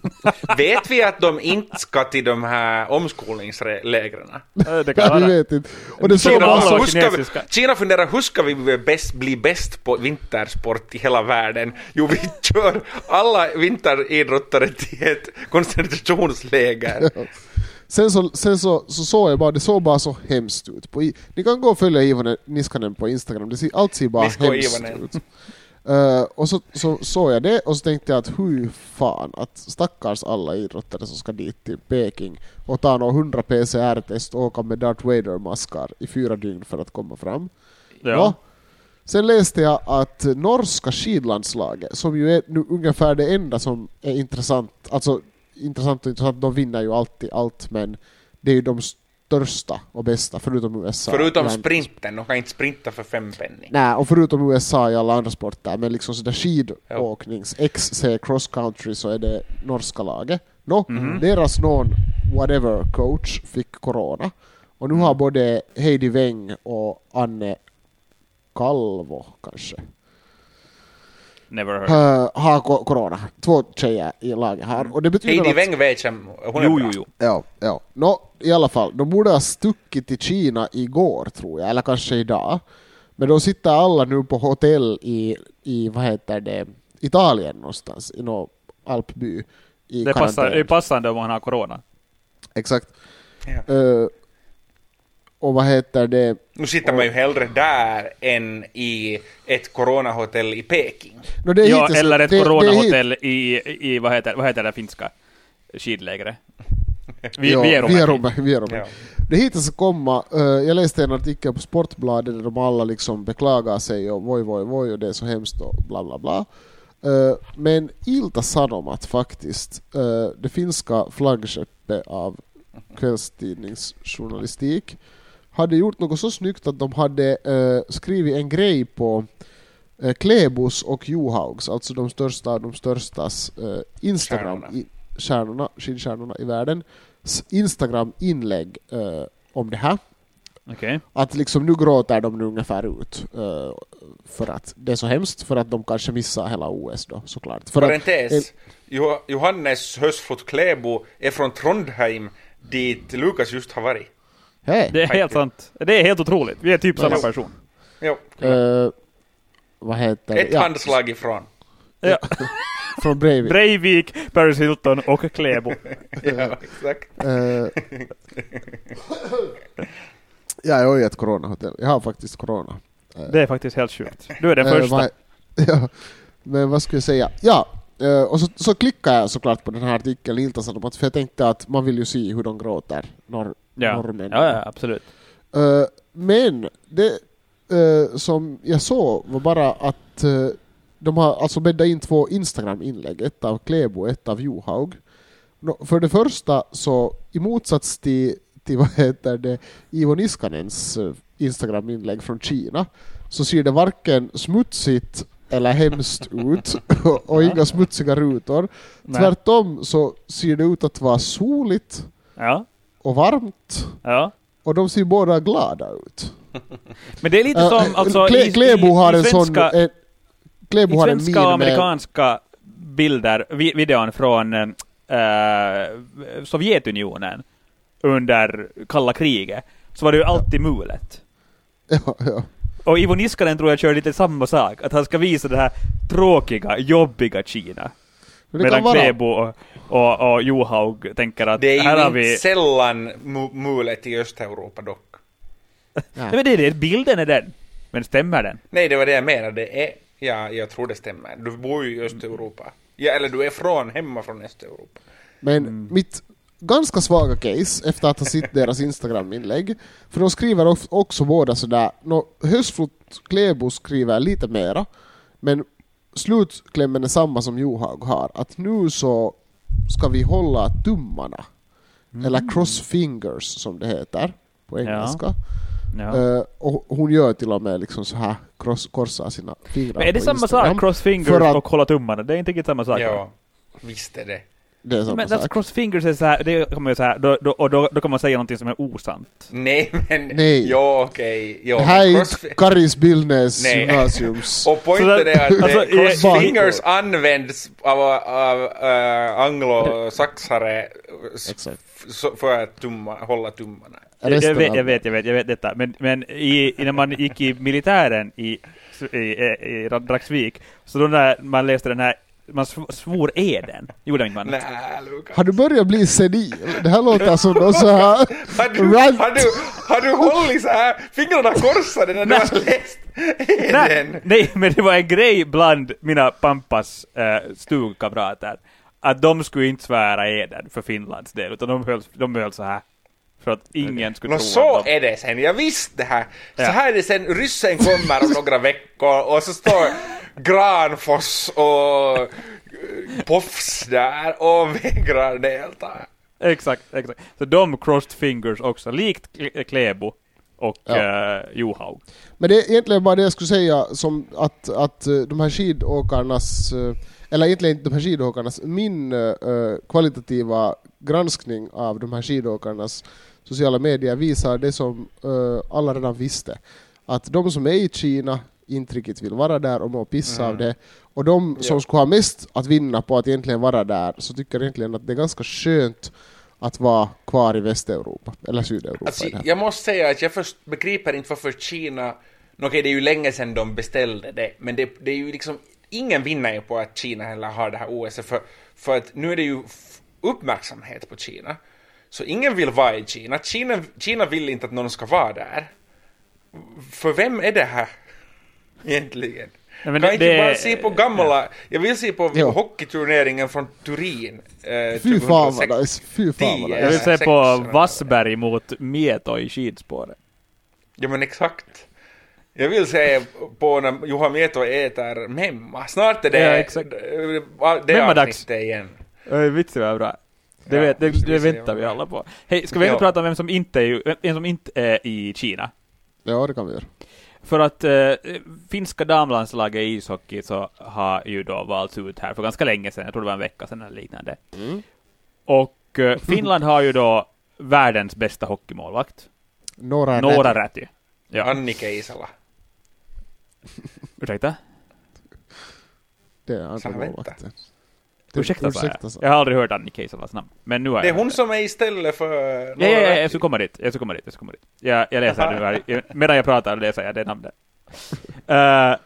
Vet vi att de inte ska till de här omskolningslägren? Det kan vi vet inte. Och det Kina, bara hur ska vi, Kina funderar, hur ska vi bäst, bli bäst på vintersport i hela världen? Jo, vi kör alla vinteridrottare till ett koncentrationsläger. Ja. Sen så sen så, så såg jag bara, det såg bara så hemskt ut. På, ni kan gå och följa Ivan Niskanen på Instagram. Det ser, allt ser bara hemskt ut. Uh, och så så såg jag det och så tänkte jag att hur fan att stackars alla idrottare som ska dit till Peking och ta några hundra P C R-test och åka med Darth Vader-maskar i fyra dygn för att komma fram. Ja. Ja. Sen läste jag att norska skidlandslaget, som ju är nu ungefär det enda som är intressant, alltså intressant och intressant, de vinner ju alltid allt, men det är ju de största och bästa förutom U S A. Förutom sprinten, de kan inte sprinta för fem penning. Nej, och förutom U S A i alla andra sporter, men liksom sådär skidåknings, X C cross country, så är det norska laget. Nå, mm-hmm. deras någon whatever coach fick corona. Och nu har både Heidi Weng och Anne Kalvo kanske Never heard. Uh, har ko- corona. Två tjejer i laget här. Och det betyder Heidi att... Weng vet som hon är jo, bra. jo, jo. Ja, ja. Nå, i alla fall. De borde ha stuckit till Kina igår, tror jag. Eller kanske idag. Men de sitter alla nu på hotell i, i vad heter det, Italien någonstans. I någon alpby. I det, passar, det är passande om man har corona. Exakt. Ja. Uh, och vad heter det? Nu sitter man ju hellre där än i ett coronahotell i Peking. No, det är ja, hittills, eller ett det, coronahotell det i, i vad, heter, vad heter det finska skidlägret? Vi, ja, Vierumäki. Vierumäki, Vierumäki. Ja. Det hittills komma, uh, jag läste en artikel på Sportbladet där de alla liksom beklagar sig och voj, voj, voj och det är så hemskt och bla bla bla. Uh, men Ilta Sanomat faktiskt, uh, det finska flaggskeppet av kvällstidningsjournalistik, hade gjort något så snyggt att de hade uh, skrivit en grej på uh, Klebos och Johaugs, alltså de största av de störstas uh, Instagram Stjärnorna. I, stjärnorna, skidstjärnorna i världen, Instagram-inlägg uh, om det här. Okay. Att liksom nu gråter de nu ungefär ut uh, för att det är så hemskt, för att de kanske missar hela O S då, såklart. För Parentes, att, eh, Johannes Hösfot Klebo är från Trondheim, dit Lukas just har varit. Hej! Det är helt sant. Det är helt otroligt. Vi är typ samma Nice. person. Jo. Uh, vad heter Ett ja, handslag ifrån. Ja. från Breivik. Breivik, Paris Hilton och Klebo. Ja, exakt. Uh, ja, jag har ju ett coronahotell. Jag har faktiskt corona. Uh, Det är faktiskt helt sjukt. Du är den uh, första. vad, ja, men vad skulle jag säga? Ja, uh, och så, så klickar jag såklart på den här artikeln i Ilta-Sanomat, för jag tänkte att man vill ju se hur de gråter norr, Ja. norrmän. ja, ja, absolut. Uh, men det uh, som jag såg var bara att uh, de har alltså bäddat in två Instagram-inlägg, ett av Klebo, ett av Johaug. No, för det första så i motsats till, till vad heter det, Ivo Niskanens uh, Instagram-inlägg från Kina, så ser det varken smutsigt eller hemskt ut och, och inga smutsiga rutor. Nej. Tvärtom så ser det ut att vara soligt Ja. och varmt. Ja. Och de ser båda glada ut. Men det är lite Uh, som alltså, Kle- i, Klebo har i, i en svenska, sån... Eh, Klebo i har en svenska och min med... amerikanska bilder, vi, videon från äh, Sovjetunionen under kalla kriget, så var det ju alltid mulet. Ja, ja. Och Ivo Niskanen tror jag kör lite samma sak, att han ska visa det här tråkiga, jobbiga Kina. Men det Medan kan vara... Klebo och, och, och Johaug tänker att Det är här ju har inte vi... sällan mu- mulet i Östeuropa dock. Nej, men det är det, bilden är den. Men stämmer den? Nej, det var det jag menade. Det är, ja, jag tror det stämmer. Du bor ju i Östeuropa. Ja, eller du är från, hemma från Östeuropa. Men Mm. mitt ganska svaga case efter att ha sett deras Instagram-inlägg, för de skriver of- också båda sådär, no, Höstflot Kläbo skriver lite mera, men slutklämmen är samma som Johaug har, att nu så ska vi hålla tummarna, Mm. eller cross fingers som det heter på engelska. Ja. Uh, och hon gör till och med liksom så här cross, korsar sina fingrar. Men är det på samma Instagram. sak, cross fingers För att- och hålla tummarna? Det är inte riktigt samma sak. Ja, visst är det. Det är samma Men sak. that's cross fingers är så här, det kommer ju så här, då, då, och då, då kan man säga någonting som är osant. Nej, men... Nej. Jo, okej. Jo, Det här är cross- inte Karis Billnäs Nej. gymnasiums. Och poängen Så är att alltså, det, cross i- fingers används av, av uh, anglosaxare s- Exakt. f- för att tumma, hålla tummarna. Jag Resten vet, av- jag vet, jag vet, jag vet detta. Men, men i, i, när man gick i militären i, i, i, i Dragsvik, så då när man läste den här, man sv- svor eden, gjorde inte man? Nej, Lukas. Har du börjat bli senil? Det här låter som någon så här Har du, rant. har, du, har du hållit så här fingrarna korsade när du har läst Nej, den? nej, men det var en grej bland mina pampas äh, stugkamrater att de skulle inte svära eden för Finlands del, utan de höll, de höll så här för att ingen skulle Nå, tro så att de... är det sen, jag visste det här. Så Ja. här är det sen, ryssen kommer om några veckor och så står Granfors och eh, Poffs där och vägrar delta. Exakt, exakt. Så de crossed fingers också, likt Kle- Kläbo och Ja. äh, Johaug. Men det är egentligen bara det jag skulle säga, som att, att eh, de här skidåkarnas, eh, eller egentligen inte de här skidåkarnas, min eh, kvalitativa granskning av de här skidåkarnas sociala medier visar det som eh, alla redan visste. Att de som är i Kina inte riktigt vill vara där och må pissa Mm. av det. Och de som Ja. skulle ha mest att vinna på att egentligen vara där, så tycker egentligen att det är ganska skönt att vara kvar i Västeuropa, eller Sydeuropa. Alltså, i det här. jag måste säga att jag först begriper inte varför Kina... Nå, okej, det är ju länge sedan de beställde det, men det, det är ju liksom... Ingen vinner ju på att Kina heller har det här O S, för, för att nu är det ju f- uppmärksamhet på Kina. Så ingen vill vara i Kina. Kina. Kina vill inte att någon ska vara där. För vem är det här egentligen? Nej, men kan det- inte det- bara se på gamla... Jag vill se på Jo. hockeyturneringen från Turin. Eh, Fy fan vad tjugohundrasex. nice, fy fan vad tio. Jag vill nice. se på sex- Vassberg mot Mieto i skidspåret. Ja, men exakt. Jag vill se på när Juha Mieto äter memma. Snart är det, Ja, exakt. det, det Memma-dags. avsnittet igen. Öj, vitsi vad bra. Det, Ja, vet, det, det ska det vi se väntar vad vi det är. alla på. Hej, ska vi ändå Ja. prata om vem som inte är, ju- vem som inte är i Kina? Ja, det kan vi göra. För att eh, finska damlandslaget i ishockey så har ju då valts ut här för ganska länge sedan. Jag tror det var en vecka sedan eller liknande. Mm. Och eh, Finland har ju då världens bästa hockeymålvakt. Några Noora rätt. Räty. Ja, Annika Isala. ursäkta? Det är andra Så vänta. målvakten. Ursäkta, sa jag. Ursäkta, sa Jag har aldrig hört Annika Isalas namn. Men nu har Det är jag hon hört som är istället för... Ja, ja, ja, jag ska komma dit. Jag ska komma dit. Jag ska komma dit. Jag, jag läser nu här. Jag- Medan jag pratar läser jag det namnet. Uh,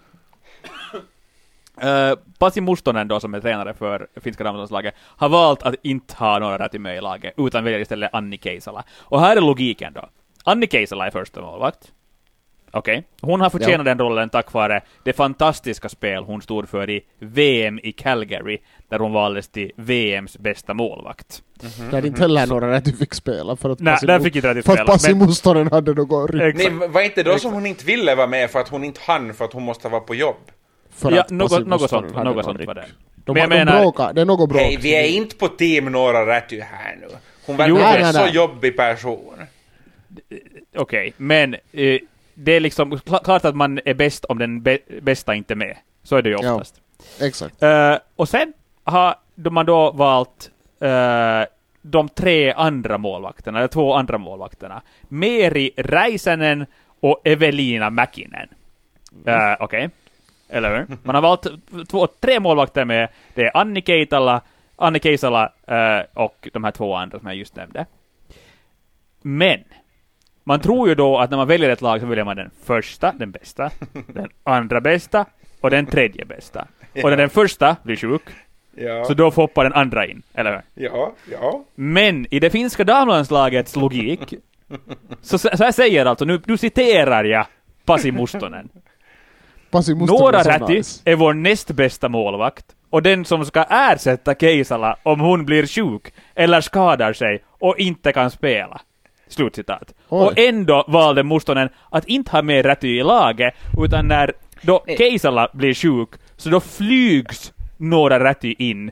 uh, Pasi Mustonen då, som är tränare för finska damlandslaget, har valt att inte ha några rätt med i laget, utan väljer istället Anni Keisala. Och här är logiken då. Anni Keisala är första målvakt. Okej. Hon har förtjänat den rollen tack vare det fantastiska spel hon stod för i V M i Calgary, där hon valdes till V M:s bästa målvakt. Där inte heller några rätt du fick spela för att Nej, Pasi där Mu- fick inte Räty för spela, att Pasi men- Mustonen hade något rykte Exakt. Nej, var inte då som hon inte ville vara med för att hon inte hann för att hon måste vara på jobb? för Ja, att något, Pasi något Mustonen sånt, hade något sånt rykte. var det. De, Men jag de menar- bråkar, det är något bråk. Hej, vi är inte på team Några Räty här nu. Hon verkar Jo, vara nej, en så nej. jobbig person. Okej, men eh, det är liksom kl- klart att man är bäst om den bä- bästa inte är med. Så är det ju Ja. oftast. Exakt. Eh, och sen har de man då valt eh, de tre andra målvakterna, eller två andra målvakterna. Meri Räisänen och Evelina Mäkinen. Uh, Okej, eller hur? Man har valt två, tre målvakter med. Det är Anni Keitala, Anni Keisala eh, och de här två andra som jag just nämnde. Men man tror ju då att när man väljer ett lag så väljer man den första, den bästa, den andra bästa och den tredje bästa. Och när den första blir sjuk, Ja, så då får hoppar den andra in, eller hur? ja, ja. Men i det finska damlandslagets logik Så, så här säger alltså, nu, nu citerar jag Pasi Mustonen. Pasi Mustonen Noora är så Räty nice. är vår näst bästa målvakt och den som ska ersätta Keisala om hon blir sjuk eller skadar sig och inte kan spela. Slutcitat. Oj. Och ändå valde Mustonen att inte ha med Räty i laget, utan när då Keisala blir sjuk så då flygs Noora Räty in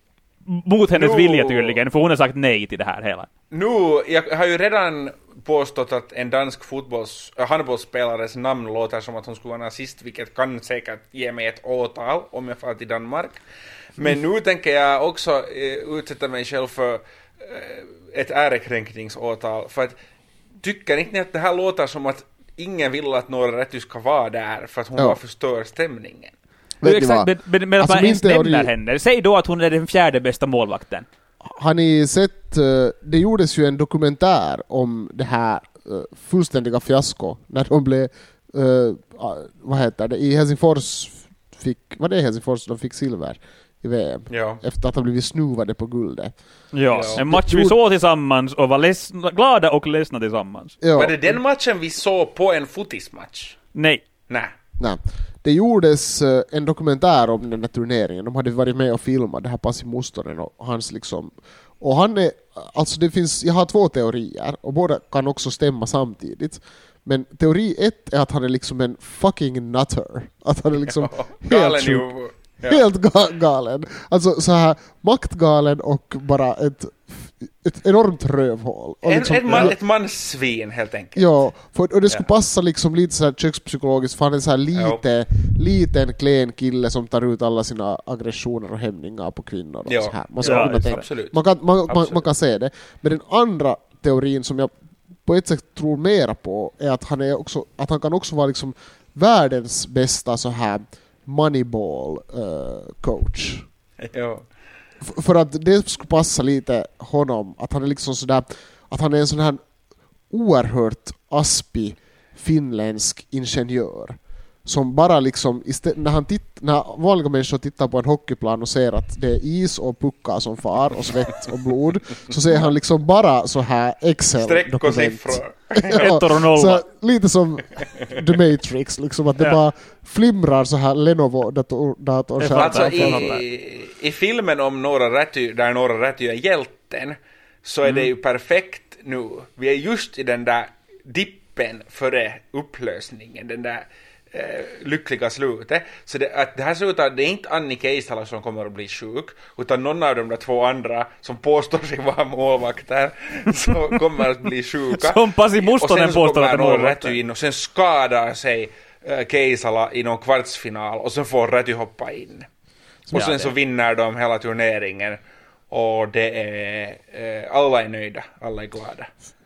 mot hennes No. vilja tydligen, för hon har sagt nej till det här hela. Nu, jag har ju redan påstått att en dansk fotbolls, äh, handbollsspelares namn låter som att hon skulle vara nazist, vilket kan säkert ge mig ett åtal om jag far till Danmark. Men nu tänker jag också eh, utsätta mig själv för eh, ett ärekränkningsåtal, för att tycker inte ni att det här låter som att ingen vill att Noora Räty ska vara där för att hon Ja. bara förstör stämningen? Det är Vet ni exakt, vad? men, men, men Alltså, att man min ens nämner teori- henne. Säg då att hon är den fjärde bästa målvakten. Har ni sett, eh, det gjordes ju en dokumentär om det här eh, fullständiga fiasko när de blev, eh, ah, vad heter det, i Helsingfors fick, vad det är Helsingfors de fick silver i V M Ja. efter att ha blivit snuvade på guldet. Ja, Ja. en match vi såg tillsammans och var ledsna, glada och ledsna tillsammans. Ja, Var det den matchen vi såg på en fotismatch? Nej. Nej. nej. Det gjordes eh, en dokumentär om den här turneringen. De hade varit med och filmat det här Pasi Mustonen och hans liksom. Och han är, alltså det finns, jag har två teorier och båda kan också stämma samtidigt. Men teori ett är att han är liksom en fucking nutter. Att han är liksom Galen helt sjuk. ju. Ja. Helt ga- galen. Alltså så här maktgalen och bara ett, ett enormt rövhål. Och En, liksom- ett, man, ett manssvin helt enkelt. Ja, för, och det skulle Ja. passa liksom lite så här kökspsykologiskt, för han är så här lite, liten, klen kille som tar ut alla sina aggressioner och hämningar på kvinnor. Och Ja. så här. Man, ska Ja, kunna tänka. absolut. Man, kan, man, man, Absolut. man kan se det. Men den andra teorin som jag på ett sätt tror mera på är att han, är också, att han kan också vara liksom världens bästa så här moneyball uh, coach. Ja. F- för att det skulle passa lite honom, att han är liksom sådär, att han är en sån här oerhört aspig finländsk ingenjör som bara liksom istä- när han titt- när vanliga människor tittar på en hockeyplan och ser att det är is och puckar som far och svett och blod, så ser han liksom bara så här Excel Streck och dokument. siffror. Ettor och nollor. Så här, lite som The Matrix liksom, att det Ja. bara flimrar så här Lenovo-datorskärmar. Alltså Skärmar i, i filmen om Noora Räty, där Noora Räty är hjälten, så är det ju perfekt nu. Vi är just i den där dippen före upplösningen, den där eh, lyckliga slutet. Så det, att det här slutar, det är inte Anni Keisala som kommer att bli sjuk, utan någon av de där två andra som påstår sig vara målvakter som kommer att bli sjuka. Som Pasi Mustonen och sen så påstår att kommer är Noora målvakter. Räty in och sen skadar sig eh, Keisala i någon kvartsfinal och sen får Räty hoppa in. Och Ja, sen det- så vinner de hela turneringen och det är, eh, alla är nöjda, alla är glada.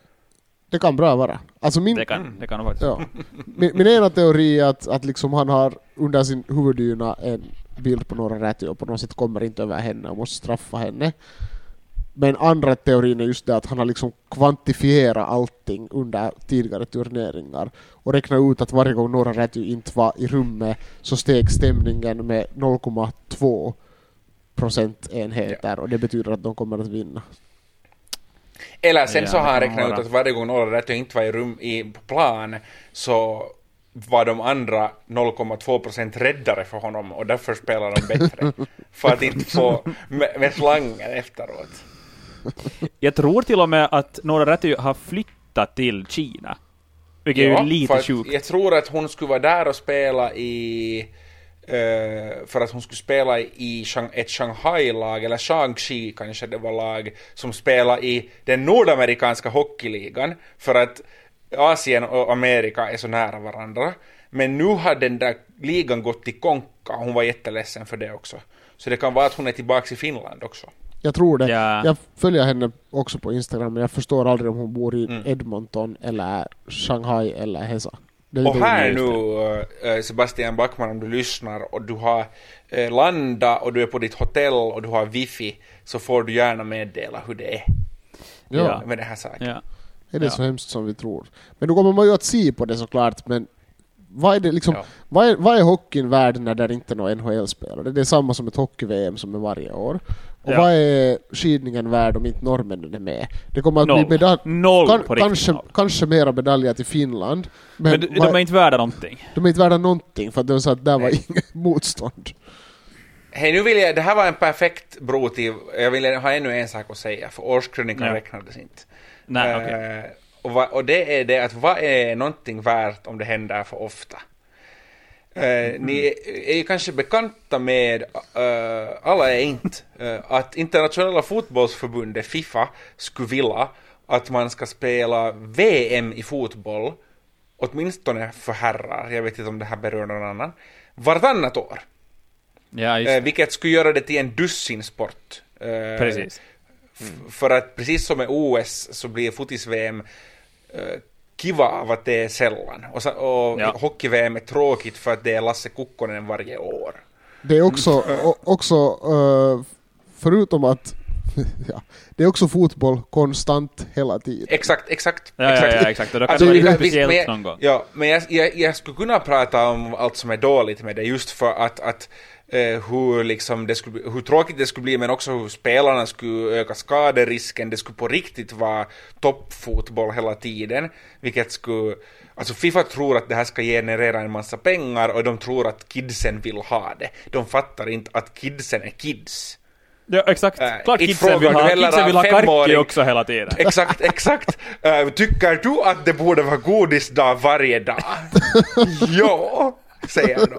Det kan bra vara. Alltså min, Det kan, det kan nog faktiskt. ja. min, min ena teori är att, att liksom han har under sin huvuddyna en bild på Noora Räty och på något sätt kommer inte över henne och måste straffa henne. Men andra teorin är just det att han har liksom kvantifierat allting under tidigare turneringar och räknat ut att varje gång Noora Räty inte var i rummet så steg stämningen med noll komma två procentenheter och det betyder att de kommer att vinna. Eller sen Ja, så har han det kan räknat ut vara. att varje gång Noora Räty inte var i rum i på plan så var de andra noll komma två procent räddare för honom och därför spelar de bättre. För att inte få med, med slangen efteråt. Jag tror till och med att Noora Räty har flyttat till Kina. Vilket är ju för lite att sjukt. jag tror att hon skulle vara där och spela i eh, för att hon skulle spela i Shang- ett Shanghai-lag eller Shang-Chi kanske det var lag som spelar i den nordamerikanska hockeyligan för att Asien och Amerika är så nära varandra. Men nu har den där ligan gått till konka. Hon var jätteledsen för det också. Så det kan vara att hon är tillbaka i Finland också. Jag tror det. Ja. Jag följer henne också på Instagram men jag förstår aldrig om hon bor i Mm. Edmonton eller Shanghai eller Hesa. Det är Och lite här ointressant. nu, äh, Sebastian Backman, om du lyssnar och du har äh, landat och du är på ditt hotell och du har wifi, så får du gärna meddela hur det är Ja. med det här saken. Ja. Är det Ja. så hemskt som vi tror? Men då kommer man ju att se på det såklart, men vad är det liksom, Ja. vad, är, vad är hockeyn värd när det inte är någon N H L-spelare? Det är samma som ett hockey-V M som är varje år. Och Ja. vad är skidningen värd om inte norrmännen är med? Det kommer att Noll. bli medalj... Noll kan, på riktigt kanske, noll. kanske mera medaljer till Finland. Men, Men, de, vad- de är inte värda någonting. de är inte värda någonting för att det var så att där var Nej. inget motstånd. Hej, nu vill jag, det här var en perfekt bro till, jag vill ha ännu en sak att säga, för årskrönikan Ja. räknades inte. Nej, Eh, okej. och, va, och det är det att vad är någonting värt om det händer för ofta? Eh, Ni är ju kanske bekanta med, eh, alla är inte, eh, att internationella fotbollsförbundet FIFA skulle vilja att man ska spela V M i fotboll, åtminstone för herrar, jag vet inte om det här berör någon annan, vartannat år. Ja, just Eh, det. vilket skulle göra det till en dussinsport. Eh, Precis. f- För att precis som med O S så blir fotis-V M eh, kiva av att det är sällan. Och, sa- och Ja. hockey-V M är tråkigt för att det är Lasse Kukkonen varje år. Det är också, o- också uh, förutom att ja, det är också fotboll konstant hela tiden. Exakt, exakt. Ja, ja, exakt. ja, exakt. Och då kan Alltså, det vara visst, lite men speciellt jag- någon gång. Ja, men jag, jag, jag skulle kunna prata om allt som är dåligt med det, just för att, att eh, hur, liksom det skulle, bli- hur tråkigt det skulle bli, men också hur spelarna skulle öka skaderisken. Det skulle på riktigt vara toppfotboll hela tiden, vilket skulle... Alltså FIFA tror att det här ska generera en massa pengar, och de tror att kidsen vill ha det. De fattar inte att kidsen är kids. Ja, exakt. Äh, Klart inte kidsen vill frågar du ha, heller kidsen vill ha av karki femåring. också hela tiden. Exakt, exakt. Uh, tycker du att det borde vara godisdag varje dag? Ja, säger de.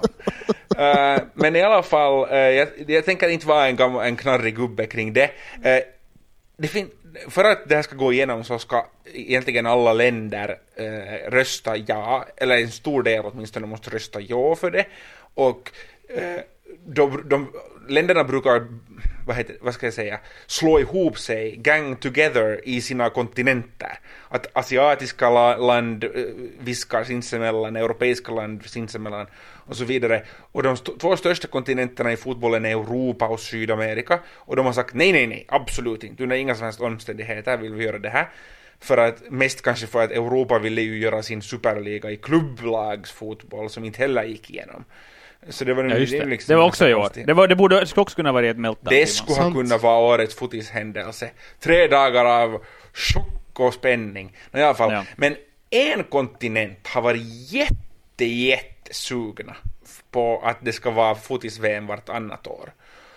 Uh, men i alla fall, uh, jag, jag tänker inte vara en, gammal, en knarrig gubbe kring det. Uh, det fin- för att det här ska gå igenom så ska egentligen alla länder uh, rösta ja, eller en stor del åtminstone måste rösta ja för det. Och uh, de, de, länderna brukar, vad, heter, vad ska jag säga, slå ihop sig, gang together i sina kontinenter. Att asiatiska la, land eh, viskar sinsemellan, europeiska land sinsemellan och så vidare. Och de st- två största kontinenterna i fotbollen är Europa och Sydamerika. Och de har sagt nej, nej, nej, absolut inte. Under inga som helst omständigheter vill vi göra det här. För att, mest kanske för att Europa ville ju göra sin superliga i klubblagsfotboll som inte heller gick igenom. Så det var, Ja, just det. liksom Det var också i år. konstigt. Det, var, det borde det skulle också kunna vara ett meltdown. Det skulle ha Sant. kunnat vara årets fotishändelse. Tre dagar av chock och spänning. Men i alla fall. Ja. Men en kontinent har varit jätte, jättesugna på att det ska vara fotis-V M vartannat år.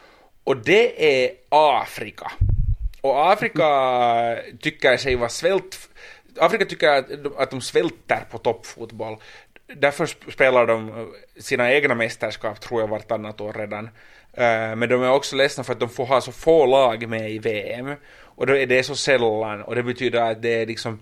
Och det är Afrika. Och Afrika tycker sig vara svält... Afrika tycker att de, att de svälter på toppfotboll. Därför spelar de sina egna mästerskap, tror jag, vartannat år redan. Uh, men de är också ledsna för att de får ha så få lag med i V M. Och då är det så sällan. Och det betyder att det är liksom...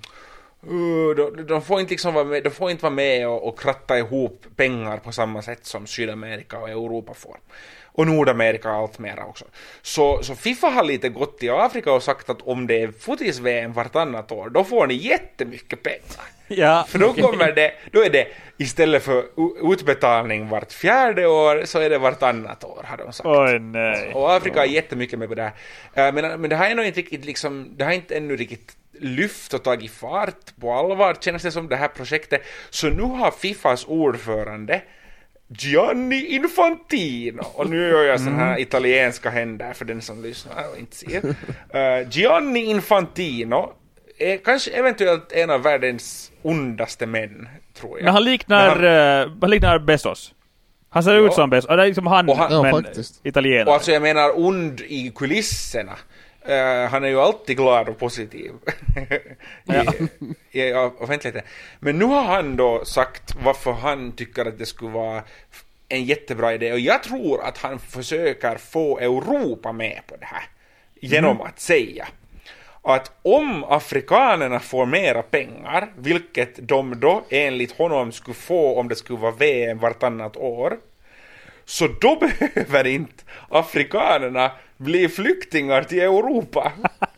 Uh, de, de, får inte liksom vara med, de får inte vara med och, och kratta ihop pengar på samma sätt som Sydamerika och Europa får. Och Nordamerika allt mera också. Så, så FIFA har lite gått till Afrika och sagt att om det är fotis-V M vartannat år, då får ni jättemycket pengar. Ja, För då okej. kommer det, då är det istället för u- utbetalning vart fjärde år, så är det vartannat år, har de sagt. Oj, nej. Och Afrika är jättemycket med på det här. Eh, Men, men det här är nog inte riktigt liksom, det har inte ännu riktigt lyft och tagit fart på allvar, känns det som det här projektet. Så nu har FIFAs ordförande Gianni Infantino, och nu gör jag såna här italienska händer för den som lyssnar och inte ser. Uh, Gianni Infantino är kanske eventuellt en av världens ondaste män, tror jag. Men han liknar, Men han- eh, han liknar Bezos. Han ser Ja. ut som Bezos. Det är liksom han, Och han- Ja, men faktiskt. italienare. Och alltså jag menar ond i kulisserna. Uh, han är ju alltid glad och positiv i, i offentligheten. Men nu har han då sagt varför han tycker att det skulle vara en jättebra idé. Och jag tror att han försöker få Europa med på det här. Genom att säga att om afrikanerna får mera pengar, vilket de då enligt honom skulle få om det skulle vara V M vartannat år, så då behöver inte afrikanerna bli flyktingar till Europa.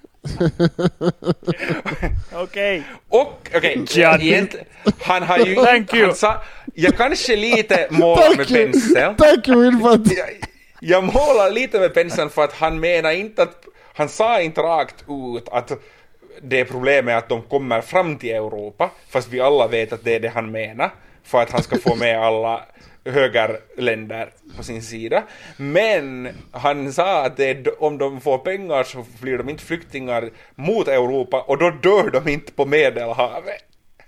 Okej. Och, okej, Gianni. egent- han har ju... Thank you. Han sa, jag kanske lite målar med Thank you, pensel. thank you Infant. Jag, jag målar lite med penseln för att han menar inte att... Han sa inte rakt ut att det är problemet att de kommer fram till Europa, fast vi alla vet att det är det han menar, för att han ska få med alla högerländer på sin sida. Men han sa att det, om de får pengar så blir de inte flyktingar mot Europa och då dör de inte på Medelhavet.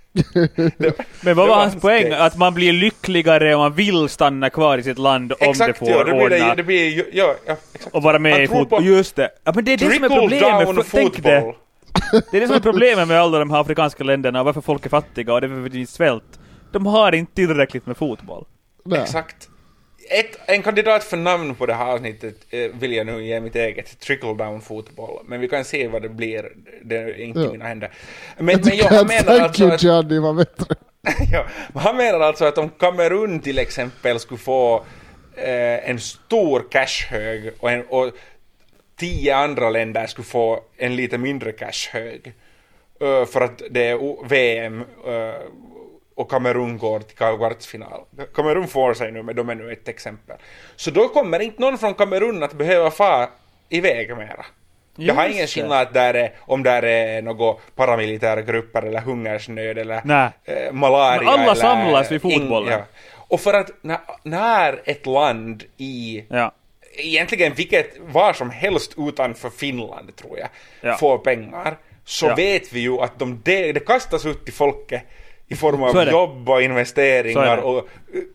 det, Men vad var hans poäng? Text. Att man blir lyckligare och man vill stanna kvar i sitt land om exakt, det får ja, det blir ordna. det, det blir, ja, ja, exakt. Och vara med han i fotboll. Just det. Ja, men det är det som är problemet. För, tänk det. Det är det som är problemet med alla de här afrikanska länderna och varför folk är fattiga och det är för de svält. De har inte tillräckligt med fotboll. Nej. Exakt. Ett, en kandidat för namn på det här avsnittet eh, vill jag nu ge mitt eget trickle down fotboll. Men vi kan se vad det blir. Det är inte ja. mina händer. Men, men jag menar alltså you, att, Johnny, vad bättre. ja, han menar alltså att om Kamerun till exempel skulle få eh, en stor cashhög och, en, och tio andra länder skulle få en lite mindre cashhög uh, för att det är V M uh, och Kamerun går till kvartsfinal. Kamerun får sig nu, men de är nu ett exempel. Så då kommer inte någon från Kamerun att behöva få iväg mera. Det har ingen skillnad där är, om där är några paramilitära grupper eller hungersnöd eller eh, malaria. Men alla eller, samlas vid fotbollen. In, ja. Och för att när, när ett land i ja. egentligen vilket var som helst utanför Finland tror jag ja. får pengar så ja. vet vi ju att de, det, det kastas ut till folket i form av jobb och investeringar och uh,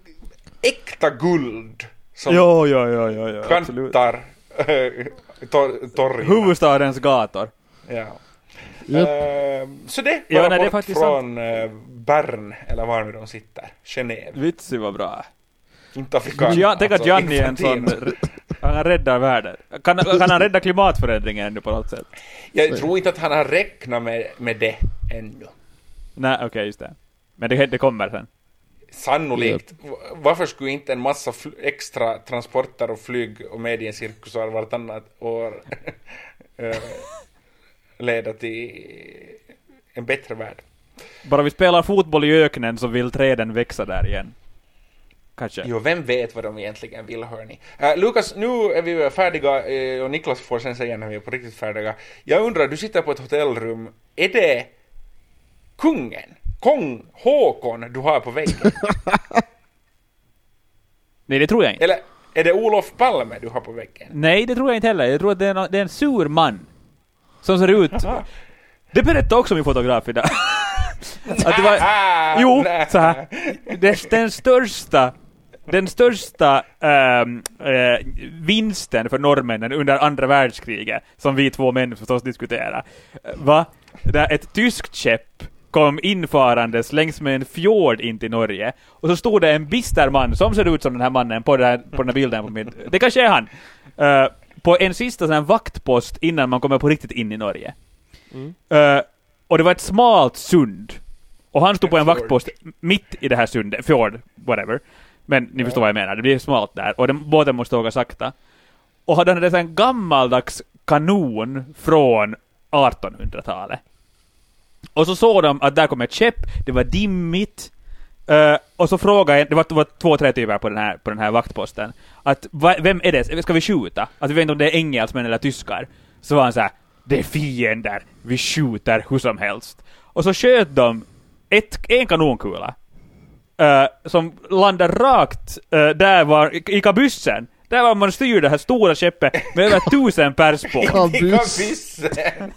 äkta guld som jo, jo, jo, jo, jo, kantar uh, tor- torgarna. Huvudstadens gator. Ja. Yep. Uh, så det ja, var nej, det är bort från uh, Bern eller var nu de sitter. Genève. Vitsi var bra. Inte afrikaner. Ja, tänk att Gianni är en sån han räddar världen. Kan, kan han rädda klimatförändringen ännu på något sätt? Jag tror inte att han har räknat med, med det ännu. Nej, okej, okay, just det. Men det, det kommer sen. Sannolikt. Yep. Varför skulle inte en massa fl- extra transporter och flyg och mediecirkusar vartannat år leda till en bättre värld? Bara vi spelar fotboll i öknen så vill träden växa där igen. Kanske. Jo, vem vet vad de egentligen vill, hörni. Uh, Lukas, nu är vi färdiga uh, och Niklas får sen säga när vi är på riktigt färdiga. Jag undrar, du sitter på ett hotellrum. Är det kungen, kung Håkon du har på väggen? Nej, det tror jag inte. Eller är det Olof Palme du har på väggen? Nej, det tror jag inte heller. Jag tror att det är en, det är en sur man som ser ut... Aha. Det berättade också min fotograf idag. Att det var... Jo, så här. Det, den största... Den största ähm, äh, vinsten för norrmännen under andra världskriget, som vi två män förstås diskuterar, var där ett tyskt skepp kom infarandes längs med en fjord in till Norge. Och så stod det en bister man som ser ut som den här mannen på, det här, på den här bilden. På min, det kanske är han. Uh, på en sista sån här vaktpost innan man kommer på riktigt in i Norge. Mm. Uh, och det var ett smalt sund. Och han stod på en vaktpost mitt i det här sundet. Fjord, whatever. Men ni förstår vad jag menar. Det blir smalt där. Och den båten måste åka sakta. Och hade han en gammaldags kanon från artonhundratalet. Och så såg de att där kom ett skepp. Det var dimmigt. Uh, och så frågade jag, det var, det var två, tre typer på den här, på den här vaktposten. Att, va, vem är det? Ska vi skjuta? Att vi vet inte om det är engelsmän eller tyskar. Så var han så här, det är fiender. Vi skjuter hur som helst. Och så sköt de ett, en kanonkula. Uh, som landar rakt uh, där var i kabyssen. Där var man styr det här stora skeppet med över tusen pers på. Kabyssen.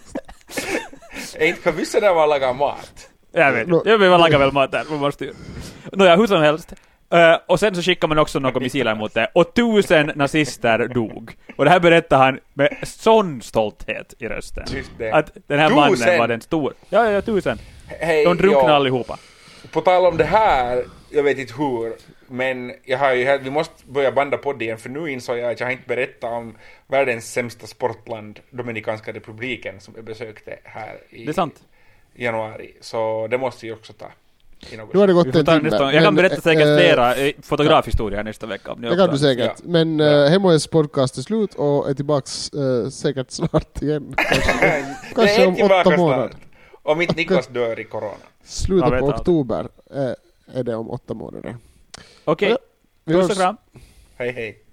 Är inte kabyssen där man lagar mat? Jag vet inte. Jag vill laga väl mat där. Man måste styr. Nåja, hur som helst. Uh, och sen så skickar man också några missiler mot det. Och tusen nazister dog. Och det här berättar han med sån stolthet i rösten. Att den här tusen. mannen var den stor. Ja, ja, ja, tusen. Hey, de drunknade ja. allihopa. På tal om det här, jag vet inte hur, men jag har ju, vi måste börja banda på det igen, för nu insåg jag att jag har inte berättat om världens sämsta sportland, Dominikanska republiken, som jag besökte här i det är sant. januari. Så det måste vi också ta. Nu har det gått en timme. Nästa, jag kan berätta säkert äh, flera äh, fotografhistorier nästa vecka. Om det kan du säkert. Ja. Men ja. äh, Hemmoes podcast är slut och är tillbaks äh, säkert snart igen. Kanske, kanske om åtta månader. Om inte Niklas dör i corona. Slutet på oktober är, är det om åtta månader. Okej, okay. Puss och kram. Hej hej.